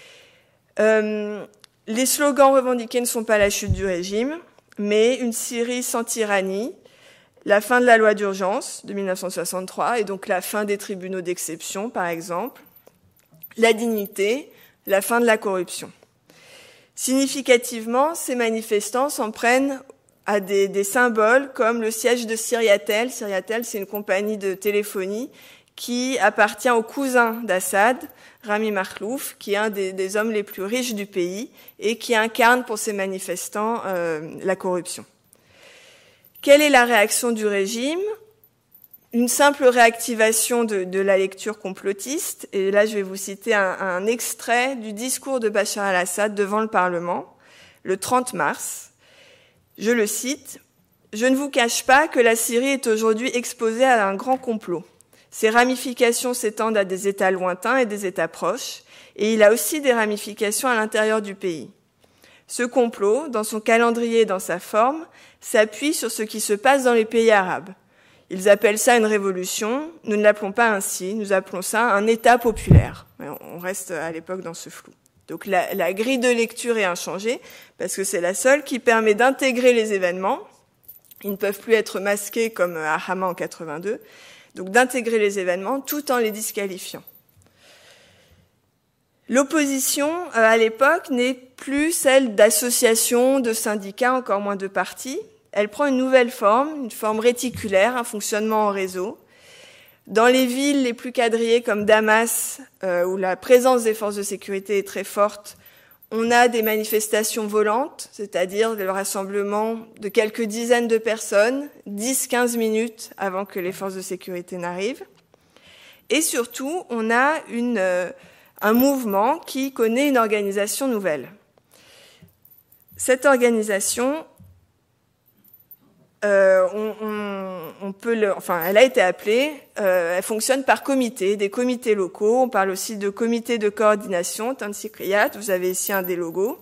Les slogans revendiqués ne sont pas la chute du régime, mais une Syrie sans tyrannie, la fin de la loi d'urgence de 1963, et donc la fin des tribunaux d'exception, par exemple, la dignité, la fin de la corruption. Significativement, ces manifestants s'en prennent à des symboles comme le siège de Syriatel. Syriatel, c'est une compagnie de téléphonie qui appartient au cousin d'Assad, Rami Makhlouf, qui est un des hommes les plus riches du pays et qui incarne pour ces manifestants la corruption. Quelle est la réaction du régime ? Une simple réactivation de la lecture complotiste. Et là, je vais vous citer un extrait du discours de Bachar al-Assad devant le Parlement, le 30 mars. Je le cite. « Je ne vous cache pas que la Syrie est aujourd'hui exposée à un grand complot. Ses ramifications s'étendent à des États lointains et des États proches, et il a aussi des ramifications à l'intérieur du pays. Ce complot, dans son calendrier et dans sa forme, s'appuie sur ce qui se passe dans les pays arabes. Ils appellent ça une révolution, nous ne l'appelons pas ainsi, nous appelons ça un État populaire. » On reste à l'époque dans ce flou. Donc la grille de lecture est inchangée, parce que c'est la seule qui permet d'intégrer les événements. Ils ne peuvent plus être masqués comme à Hama en 82. donc d'intégrer les événements tout en les disqualifiant. L'opposition, à l'époque, n'est plus celle d'associations, de syndicats, encore moins de partis. Elle prend une nouvelle forme, une forme réticulaire, un fonctionnement en réseau. Dans les villes les plus quadrillées comme Damas, où la présence des forces de sécurité est très forte, on a des manifestations volantes, c'est-à-dire le rassemblement de quelques dizaines de personnes, 10-15 minutes avant que les forces de sécurité n'arrivent. Et surtout, on a un mouvement qui connaît une organisation nouvelle. Cette organisation, elle a été appelée, elle fonctionne par comité, des comités locaux. On parle aussi de comités de coordination, Tansikriyat, vous avez ici un des logos.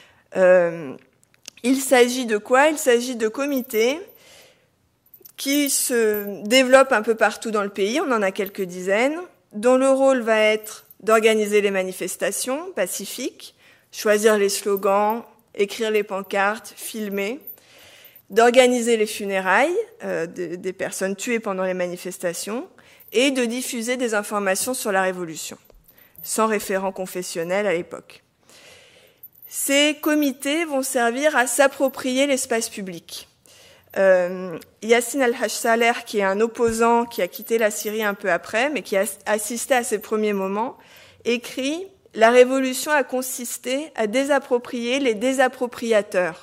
Il s'agit de quoi? Il s'agit de comités qui se développent un peu partout dans le pays, on en a quelques dizaines, dont le rôle va être d'organiser les manifestations pacifiques, choisir les slogans, écrire les pancartes, filmer, d'organiser les funérailles des personnes tuées pendant les manifestations et de diffuser des informations sur la Révolution, sans référent confessionnel à l'époque. Ces comités vont servir à s'approprier l'espace public. Yassine al-Haj Saleh, qui est un opposant qui a quitté la Syrie un peu après, mais qui a assisté à ces premiers moments, écrit « La Révolution a consisté à désapproprier les désappropriateurs ».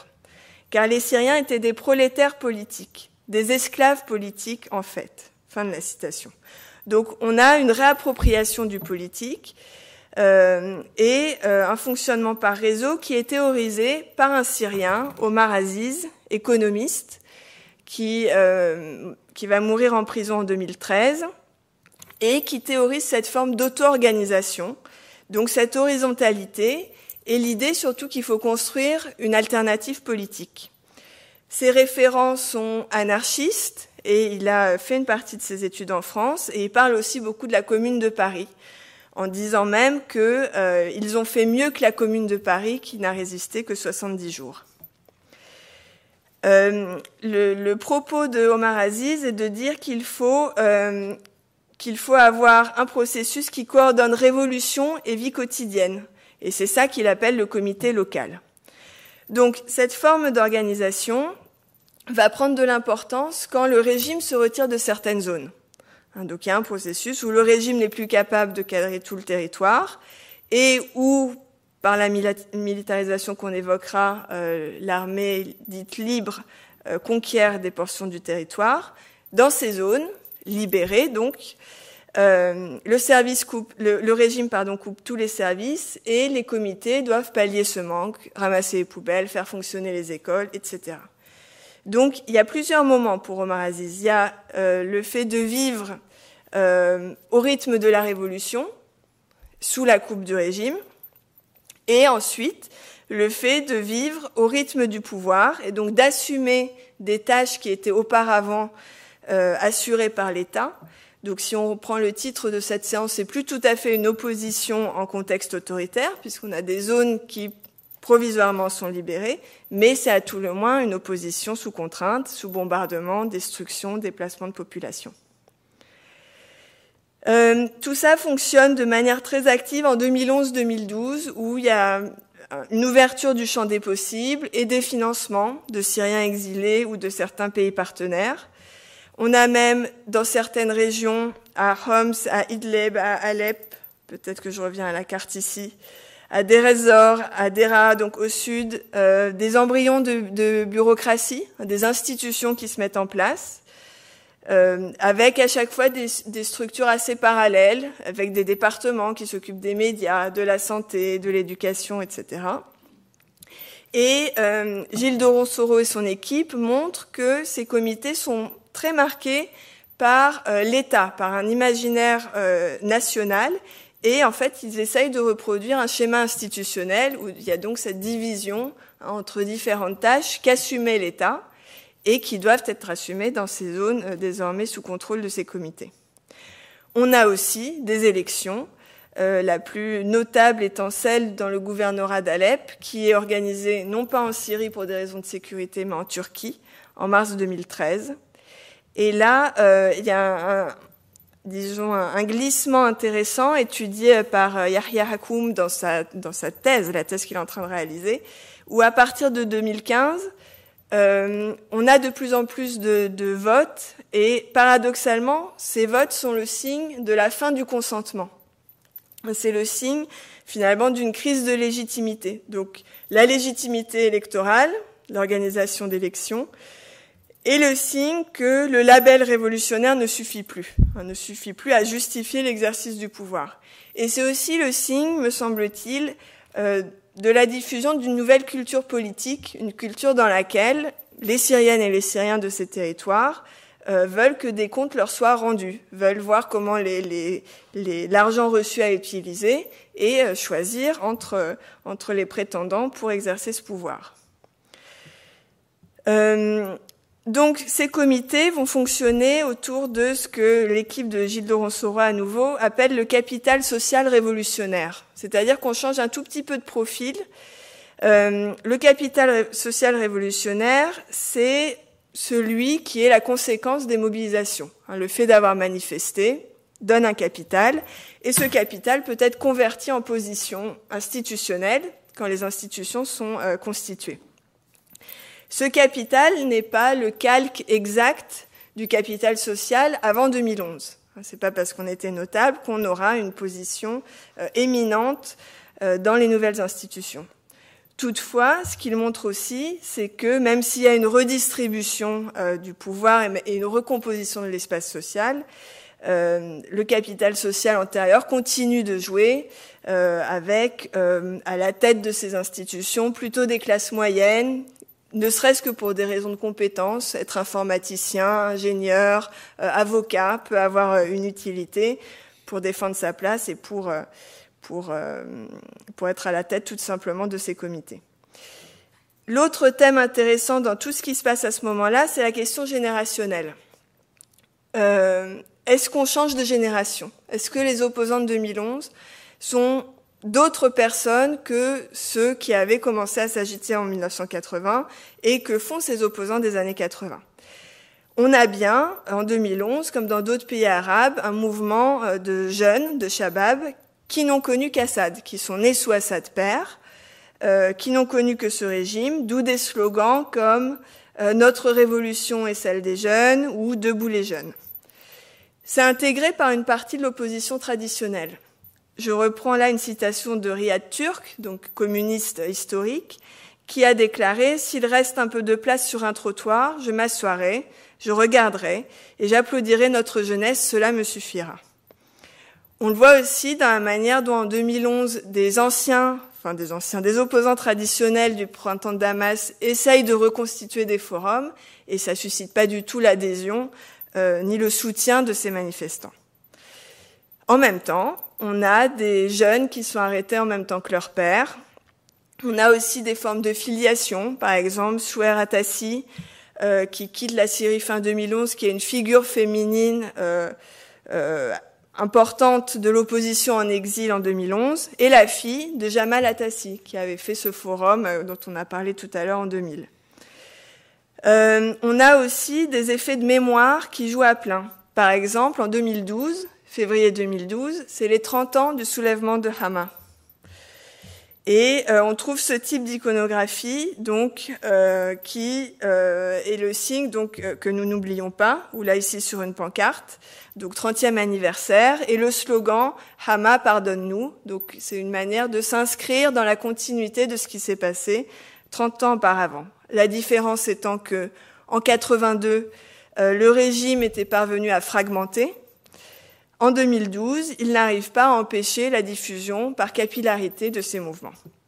Car les Syriens étaient des prolétaires politiques, des esclaves politiques en fait. Fin de la citation. Donc on a une réappropriation du politique et un fonctionnement par réseau qui est théorisé par un Syrien, Omar Aziz, économiste, qui va mourir en prison en 2013 et qui théorise cette forme d'auto-organisation, donc cette horizontalité. Et l'idée surtout qu'il faut construire une alternative politique. Ses référents sont anarchistes, et il a fait une partie de ses études en France, et il parle aussi beaucoup de la Commune de Paris, en disant même qu'ils ont fait mieux que la Commune de Paris, qui n'a résisté que 70 jours. Le propos de Omar Aziz est de dire qu'il faut avoir un processus qui coordonne révolution et vie quotidienne. Et c'est ça qu'il appelle le comité local. Donc, cette forme d'organisation va prendre de l'importance quand le régime se retire de certaines zones. Donc, il y a un processus où le régime n'est plus capable de cadrer tout le territoire et où, par la militarisation qu'on évoquera, l'armée dite libre conquiert des portions du territoire. Dans ces zones libérées, donc, le régime coupe tous les services et les comités doivent pallier ce manque, ramasser les poubelles, faire fonctionner les écoles, etc. Donc, il y a plusieurs moments pour Omar Aziz. Il y a le fait de vivre au rythme de la révolution, sous la coupe du régime, et ensuite le fait de vivre au rythme du pouvoir, et donc d'assumer des tâches qui étaient auparavant assurées par l'État. Donc si on reprend le titre de cette séance, c'est plus tout à fait une opposition en contexte autoritaire, puisqu'on a des zones qui provisoirement sont libérées, mais c'est à tout le moins une opposition sous contrainte, sous bombardement, destruction, déplacement de population. Tout ça fonctionne de manière très active en 2011-2012, où il y a une ouverture du champ des possibles et des financements de Syriens exilés ou de certains pays partenaires. On a même, dans certaines régions, à Homs, à Idlib, à Alep, peut-être que je reviens à la carte ici, à Deir ez-Zor, à Deraa, donc au sud, des embryons de bureaucratie, des institutions qui se mettent en place, avec à chaque fois des structures assez parallèles, avec des départements qui s'occupent des médias, de la santé, de l'éducation, etc. Et Gilles de Ronsoro et son équipe montrent que ces comités sont très marqués par l'État, par un imaginaire national, et en fait, ils essayent de reproduire un schéma institutionnel où il y a donc cette division entre différentes tâches qu'assumait l'État et qui doivent être assumées dans ces zones désormais sous contrôle de ces comités. On a aussi des élections, la plus notable étant celle dans le gouvernorat d'Alep, qui est organisée non pas en Syrie pour des raisons de sécurité, mais en Turquie, en mars 2013. Et là, il y a un glissement intéressant étudié par Yahya Hakoum dans sa thèse, la thèse qu'il est en train de réaliser, où à partir de 2015, on a de plus en plus de votes et paradoxalement, ces votes sont le signe de la fin du consentement. C'est le signe finalement d'une crise de légitimité. Donc la légitimité électorale, l'organisation d'élections, est le signe que le label révolutionnaire ne suffit plus à justifier l'exercice du pouvoir. Et c'est aussi le signe, me semble-t-il, de la diffusion d'une nouvelle culture politique, une culture dans laquelle les Syriennes et les Syriens de ces territoires veulent que des comptes leur soient rendus, veulent voir comment l'argent reçu a été utilisé et choisir entre les prétendants pour exercer ce pouvoir. Donc ces comités vont fonctionner autour de ce que l'équipe de Gilles de Ronsauroy à nouveau appelle le capital social révolutionnaire. C'est-à-dire qu'on change un tout petit peu de profil. Le capital social révolutionnaire, c'est celui qui est la conséquence des mobilisations. Le fait d'avoir manifesté donne un capital, et ce capital peut être converti en position institutionnelle quand les institutions sont constituées. Ce capital n'est pas le calque exact du capital social avant 2011. C'est pas parce qu'on était notable qu'on aura une position éminente dans les nouvelles institutions. Toutefois, ce qu'il montre aussi, c'est que même s'il y a une redistribution du pouvoir et une recomposition de l'espace social, le capital social antérieur continue de jouer avec à la tête de ces institutions plutôt des classes moyennes, ne serait-ce que pour des raisons de compétence. Être informaticien, ingénieur, avocat peut avoir une utilité pour défendre sa place et pour être à la tête tout simplement de ces comités. L'autre thème intéressant dans tout ce qui se passe à ce moment-là, c'est la question générationnelle. Est-ce qu'on change de génération ? Est-ce que les opposants de 2011 sont d'autres personnes que ceux qui avaient commencé à s'agiter en 1980 et que font ces opposants des années 80 ? On a bien, en 2011, comme dans d'autres pays arabes, un mouvement de jeunes, de Shabab, qui n'ont connu qu'Assad, qui sont nés sous Assad père, qui n'ont connu que ce régime, d'où des slogans comme « Notre révolution est celle des jeunes » ou « Debout les jeunes ». C'est intégré par une partie de l'opposition traditionnelle. Je reprends là une citation de Riyad Turk, donc communiste historique, qui a déclaré « S'il reste un peu de place sur un trottoir, je m'assoirai, je regarderai et j'applaudirai notre jeunesse, cela me suffira ». On le voit aussi dans la manière dont en 2011 des opposants traditionnels du printemps de Damas essayent de reconstituer des forums et ça suscite pas du tout l'adhésion ni le soutien de ces manifestants. En même temps, on a des jeunes qui sont arrêtés en même temps que leur père. On a aussi des formes de filiation, par exemple Chouer Atassi, qui quitte la Syrie fin 2011, qui est une figure féminine importante de l'opposition en exil en 2011, et la fille de Jamal Atassi, qui avait fait ce forum dont on a parlé tout à l'heure en 2000. On a aussi des effets de mémoire qui jouent à plein. Par exemple, en 2012, février 2012, c'est les 30 ans du soulèvement de Hama. Et on trouve ce type d'iconographie donc qui est le signe donc que nous n'oublions pas, ou là ici sur une pancarte, donc 30e anniversaire, et le slogan « Hama, pardonne-nous ». Donc c'est une manière de s'inscrire dans la continuité de ce qui s'est passé 30 ans auparavant. La différence étant que en 82, le régime était parvenu à fragmenter. En 2012, il n'arrive pas à empêcher la diffusion par capillarité de ces mouvements.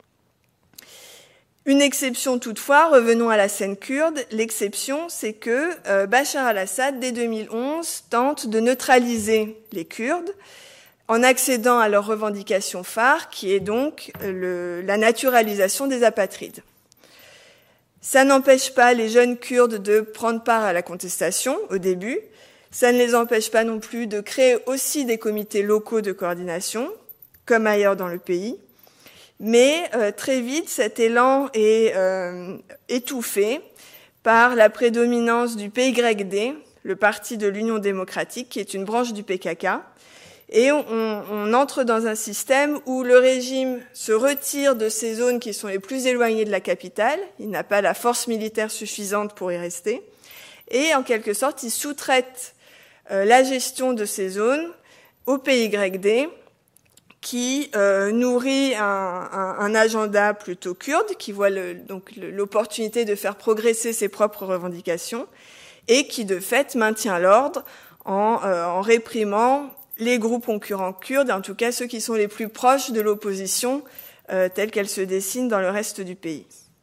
Une exception toutefois, revenons à la scène kurde, l'exception c'est que Bachar al-Assad, dès 2011, tente de neutraliser les Kurdes en accédant à leur revendication phare, qui est donc la naturalisation des apatrides. Ça n'empêche pas les jeunes Kurdes de prendre part à la contestation au début. Ça ne les empêche pas non plus de créer aussi des comités locaux de coordination, comme ailleurs dans le pays. Mais très vite, cet élan est étouffé par la prédominance du PYD, le parti de l'Union démocratique, qui est une branche du PKK. Et on entre dans un système où le régime se retire de ces zones qui sont les plus éloignées de la capitale. Il n'a pas la force militaire suffisante pour y rester. Et en quelque sorte, il sous-traite la gestion de ces zones au PYD, qui nourrit un agenda plutôt kurde, qui voit l'opportunité de faire progresser ses propres revendications, et qui de fait maintient l'ordre en réprimant les groupes concurrents kurdes, en tout cas ceux qui sont les plus proches de l'opposition telle qu'elle se dessine dans le reste du pays.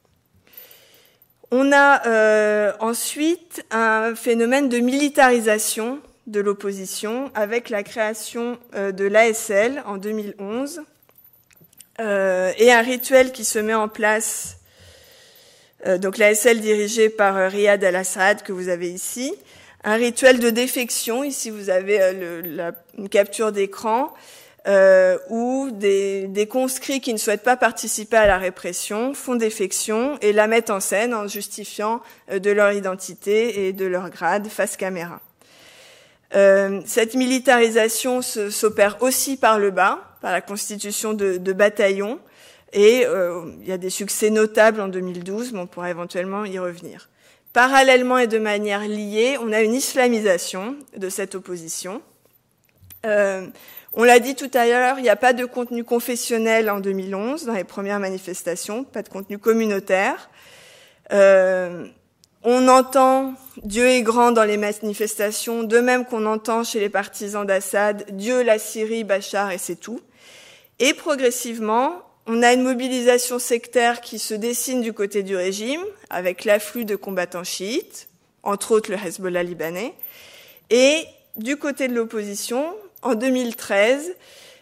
On a ensuite un phénomène de militarisation de l'opposition avec la création de l'ASL en 2011 et un rituel qui se met en place, donc l'ASL dirigée par Riyad al-Assad que vous avez ici, un rituel de défection. Ici, vous avez une capture d'écran où des conscrits qui ne souhaitent pas participer à la répression font défection et la mettent en scène en justifiant de leur identité et de leur grade face caméra. Cette militarisation s'opère aussi par le bas, par la constitution de bataillons, et il y a des succès notables en 2012, mais on pourra éventuellement y revenir. Parallèlement et de manière liée, on a une islamisation de cette opposition. On l'a dit tout à l'heure, il n'y a pas de contenu confessionnel en 2011 dans les premières manifestations, pas de contenu communautaire. On entend « Dieu est grand » dans les manifestations, de même qu'on entend chez les partisans d'Assad « Dieu, la Syrie, Bachar et c'est tout ». Et progressivement, on a une mobilisation sectaire qui se dessine du côté du régime, avec l'afflux de combattants chiites, entre autres le Hezbollah libanais. Et du côté de l'opposition, en 2013,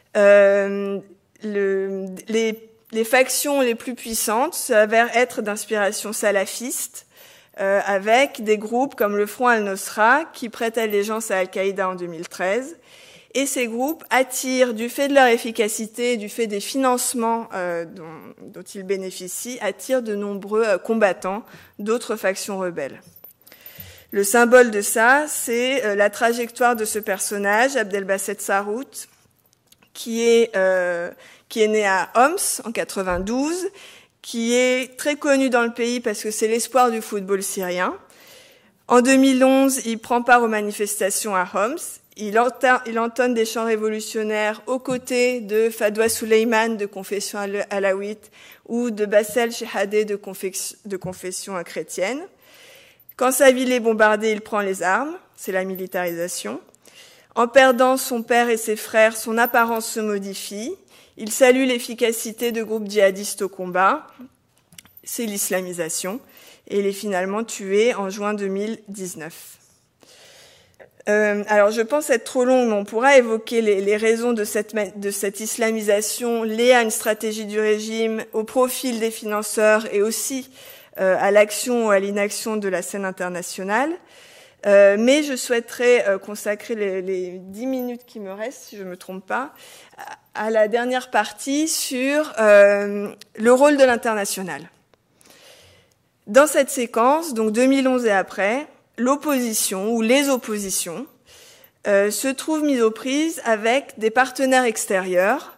les factions les plus puissantes s'avèrent être d'inspiration salafiste, avec des groupes comme le Front al-Nosra, qui prête allégeance à Al-Qaïda en 2013. Et ces groupes attirent, du fait de leur efficacité, du fait des financements dont ils bénéficient, attirent de nombreux combattants d'autres factions rebelles. Le symbole de ça, c'est la trajectoire de ce personnage, Abdelbasset Sarout, qui est né à Homs en 92, qui est très connu dans le pays parce que c'est l'espoir du football syrien. En 2011, il prend part aux manifestations à Homs. Il entonne des chants révolutionnaires aux côtés de Fadwa Suleiman de confession alaouite ou de Bassel Shehadeh de confession chrétienne. Quand sa ville est bombardée, il prend les armes, c'est la militarisation. En perdant son père et ses frères, son apparence se modifie. Il salue l'efficacité de groupes djihadistes au combat, c'est l'islamisation, et il est finalement tué en juin 2019. Alors je pense être trop longue, mais on pourra évoquer les raisons de cette islamisation liée à une stratégie du régime, au profil des financeurs et aussi à l'action ou à l'inaction de la scène internationale. Mais je souhaiterais consacrer les 10 minutes qui me restent, si je ne me trompe pas, à la dernière partie sur le rôle de l'international. Dans cette séquence, donc 2011 et après, l'opposition ou les oppositions se trouvent mises aux prises avec des partenaires extérieurs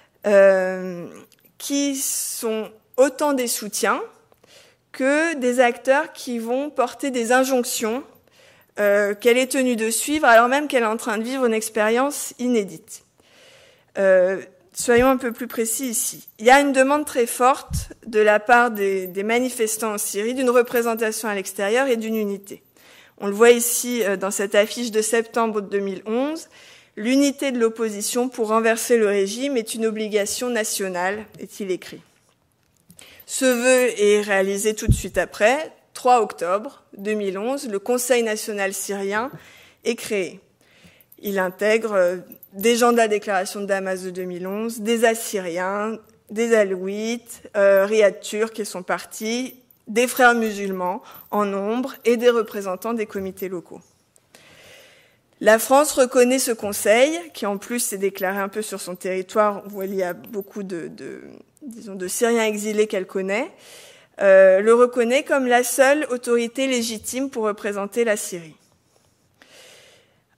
qui sont autant des soutiens que des acteurs qui vont porter des injonctions qu'elle est tenue de suivre alors même qu'elle est en train de vivre une expérience inédite. Soyons un peu plus précis ici. Il y a une demande très forte de la part des manifestants en Syrie d'une représentation à l'extérieur et d'une unité. On le voit ici dans cette affiche de septembre 2011. L'unité de l'opposition pour renverser le régime est une obligation nationale, est-il écrit. Ce vœu est réalisé tout de suite après. 3 octobre 2011, le Conseil national syrien est créé. Il intègre des gens de la déclaration de Damas de 2011, des Assyriens, des Alouites, Riyad Turcs et son parti, des frères musulmans en nombre et des représentants des comités locaux. La France reconnaît ce conseil, qui en plus s'est déclaré un peu sur son territoire, où il y a beaucoup de Syriens exilés qu'elle connaît, le reconnaît comme la seule autorité légitime pour représenter la Syrie.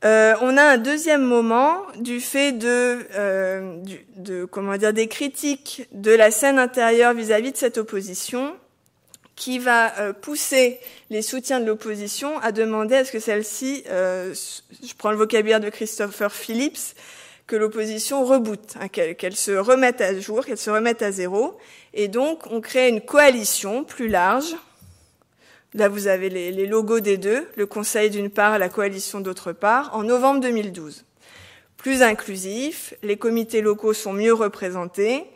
On a un deuxième moment du fait des critiques de la scène intérieure vis-à-vis de cette opposition, qui va pousser les soutiens de l'opposition à demander à ce que celle-ci, je prends le vocabulaire de Christopher Phillips, que l'opposition reboote, qu'elle se remette à jour, qu'elle se remette à zéro. Et donc, on crée une coalition plus large. Là, vous avez les logos des deux, le Conseil d'une part, la coalition d'autre part, en novembre 2012. Plus inclusif, les comités locaux sont mieux représentés.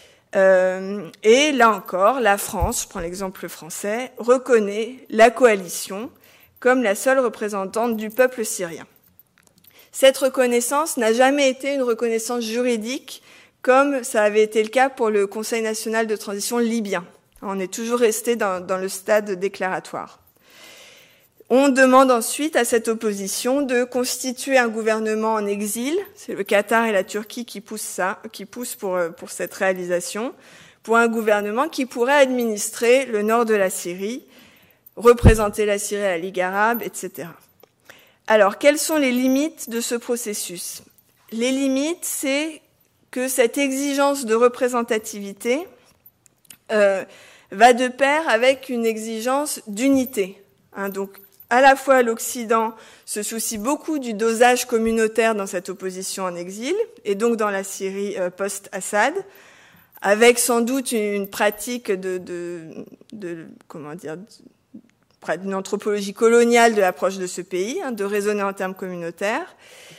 Et là encore, la France, je prends l'exemple français, reconnaît la coalition comme la seule représentante du peuple syrien. Cette reconnaissance n'a jamais été une reconnaissance juridique comme ça avait été le cas pour le Conseil national de transition libyen. On est toujours resté dans le stade déclaratoire. On demande ensuite à cette opposition de constituer un gouvernement en exil. C'est le Qatar et la Turquie qui poussent pour cette réalisation, pour un gouvernement qui pourrait administrer le nord de la Syrie, représenter la Syrie à la Ligue arabe, etc. Alors, quelles sont les limites de ce processus? Les limites, c'est que cette exigence de représentativité va de pair avec une exigence d'unité. Donc, à la fois, l'Occident se soucie beaucoup du dosage communautaire dans cette opposition en exil, et donc dans la Syrie post-Assad, avec sans doute une pratique d'une anthropologie coloniale de l'approche de ce pays, de raisonner en termes communautaires.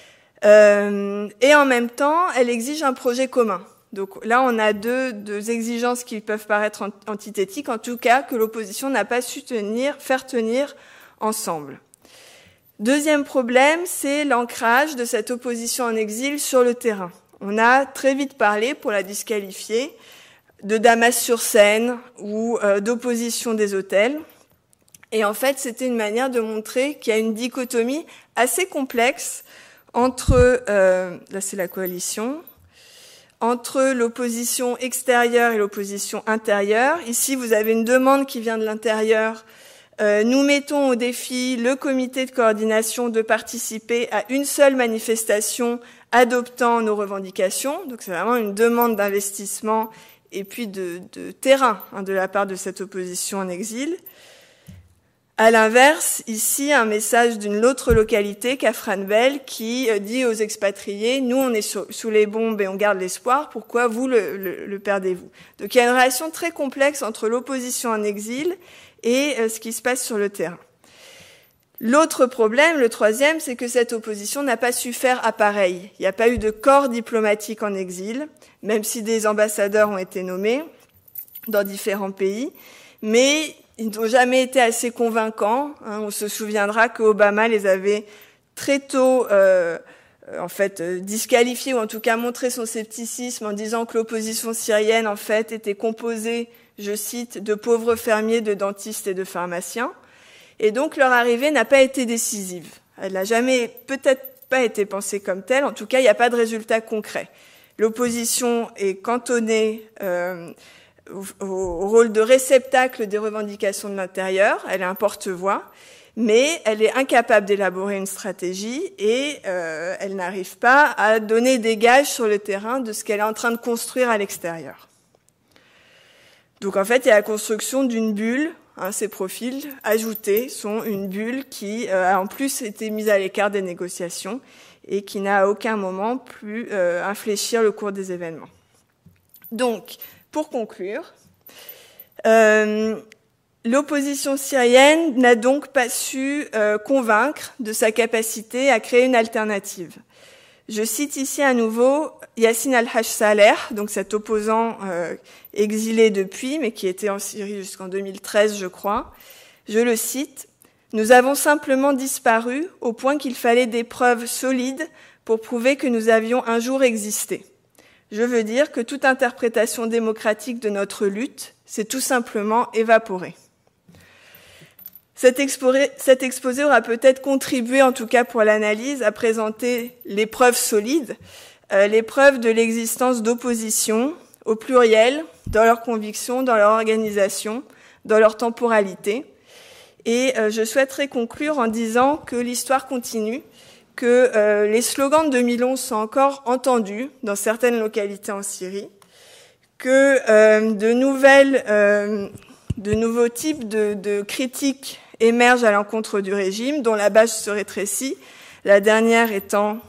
Et en même temps, elle exige un projet commun. Donc là, on a deux exigences qui peuvent paraître antithétiques, en tout cas que l'opposition n'a pas su faire tenir ensemble. Deuxième problème, c'est l'ancrage de cette opposition en exil sur le terrain. On a très vite parlé, pour la disqualifier, de Damas-sur-Seine ou d'opposition des hôtels. Et en fait, c'était une manière de montrer qu'il y a une dichotomie assez complexe entre, là c'est la coalition, entre l'opposition extérieure et l'opposition intérieure. Ici, vous avez une demande qui vient de l'intérieur. Nous mettons au défi le comité de coordination de participer à une seule manifestation adoptant nos revendications. Donc c'est vraiment une demande d'investissement et puis de terrain de la part de cette opposition en exil. À l'inverse, ici, un message d'une autre localité, Kafranbel, qui dit aux expatriés, nous, on est sous les bombes et on garde l'espoir, pourquoi vous le perdez-vous? Donc il y a une relation très complexe entre l'opposition en exil et ce qui se passe sur le terrain. L'autre problème, le troisième, c'est que cette opposition n'a pas su faire appareil. Il n'y a pas eu de corps diplomatique en exil, même si des ambassadeurs ont été nommés dans différents pays, mais ils n'ont jamais été assez convaincants. On se souviendra qu'Obama les avait très tôt disqualifiés, ou en tout cas montré son scepticisme en disant que l'opposition syrienne en fait était composée, je cite, de pauvres fermiers, de dentistes et de pharmaciens. Et donc leur arrivée n'a pas été décisive. Elle n'a jamais peut-être pas été pensée comme telle. En tout cas, il n'y a pas de résultat concret. L'opposition est cantonnée au rôle de réceptacle des revendications de l'intérieur. Elle est un porte-voix, mais elle est incapable d'élaborer une stratégie et elle n'arrive pas à donner des gages sur le terrain de ce qu'elle est en train de construire à l'extérieur. Donc en fait, il y a la construction d'une bulle. Ces profils ajoutés sont une bulle qui a en plus été mise à l'écart des négociations et qui n'a à aucun moment pu infléchir le cours des événements. Donc, pour conclure, l'opposition syrienne n'a donc pas su convaincre de sa capacité à créer une alternative. Je cite ici à nouveau Yassine Al-Haj Saleh, donc cet opposant exilé depuis, mais qui était en Syrie jusqu'en 2013, je crois. Je le cite, « Nous avons simplement disparu au point qu'il fallait des preuves solides pour prouver que nous avions un jour existé. Je veux dire que toute interprétation démocratique de notre lutte s'est tout simplement évaporée. » Cet exposé aura peut-être contribué, en tout cas pour l'analyse, à présenter les preuves solides, les preuves de l'existence d'opposition au pluriel, dans leurs convictions, dans leur organisation, dans leur temporalité. Et je souhaiterais conclure en disant que l'histoire continue, que les slogans de 2011 sont encore entendus dans certaines localités en Syrie, que de nouveaux types de critiques émergent à l'encontre du régime, dont la base se rétrécit, la dernière étant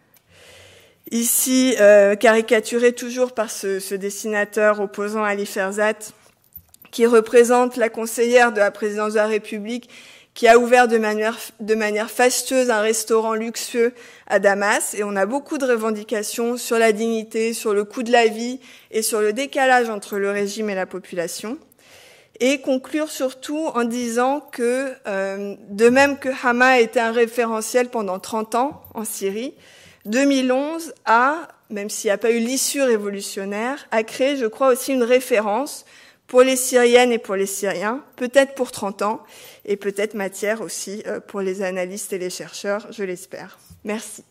ici caricaturée toujours par ce dessinateur opposant Ali Ferzat, qui représente la conseillère de la présidence de la République, qui a ouvert de manière fastueuse un restaurant luxueux à Damas. Et on a beaucoup de revendications sur la dignité, sur le coût de la vie et sur le décalage entre le régime et la population. Et conclure surtout en disant que, de même que Hama a été un référentiel pendant 30 ans en Syrie, 2011 a, même s'il n'y a pas eu l'issue révolutionnaire, a créé, je crois, aussi une référence pour les Syriennes et pour les Syriens, peut-être pour 30 ans, et peut-être matière aussi pour les analystes et les chercheurs, je l'espère. Merci.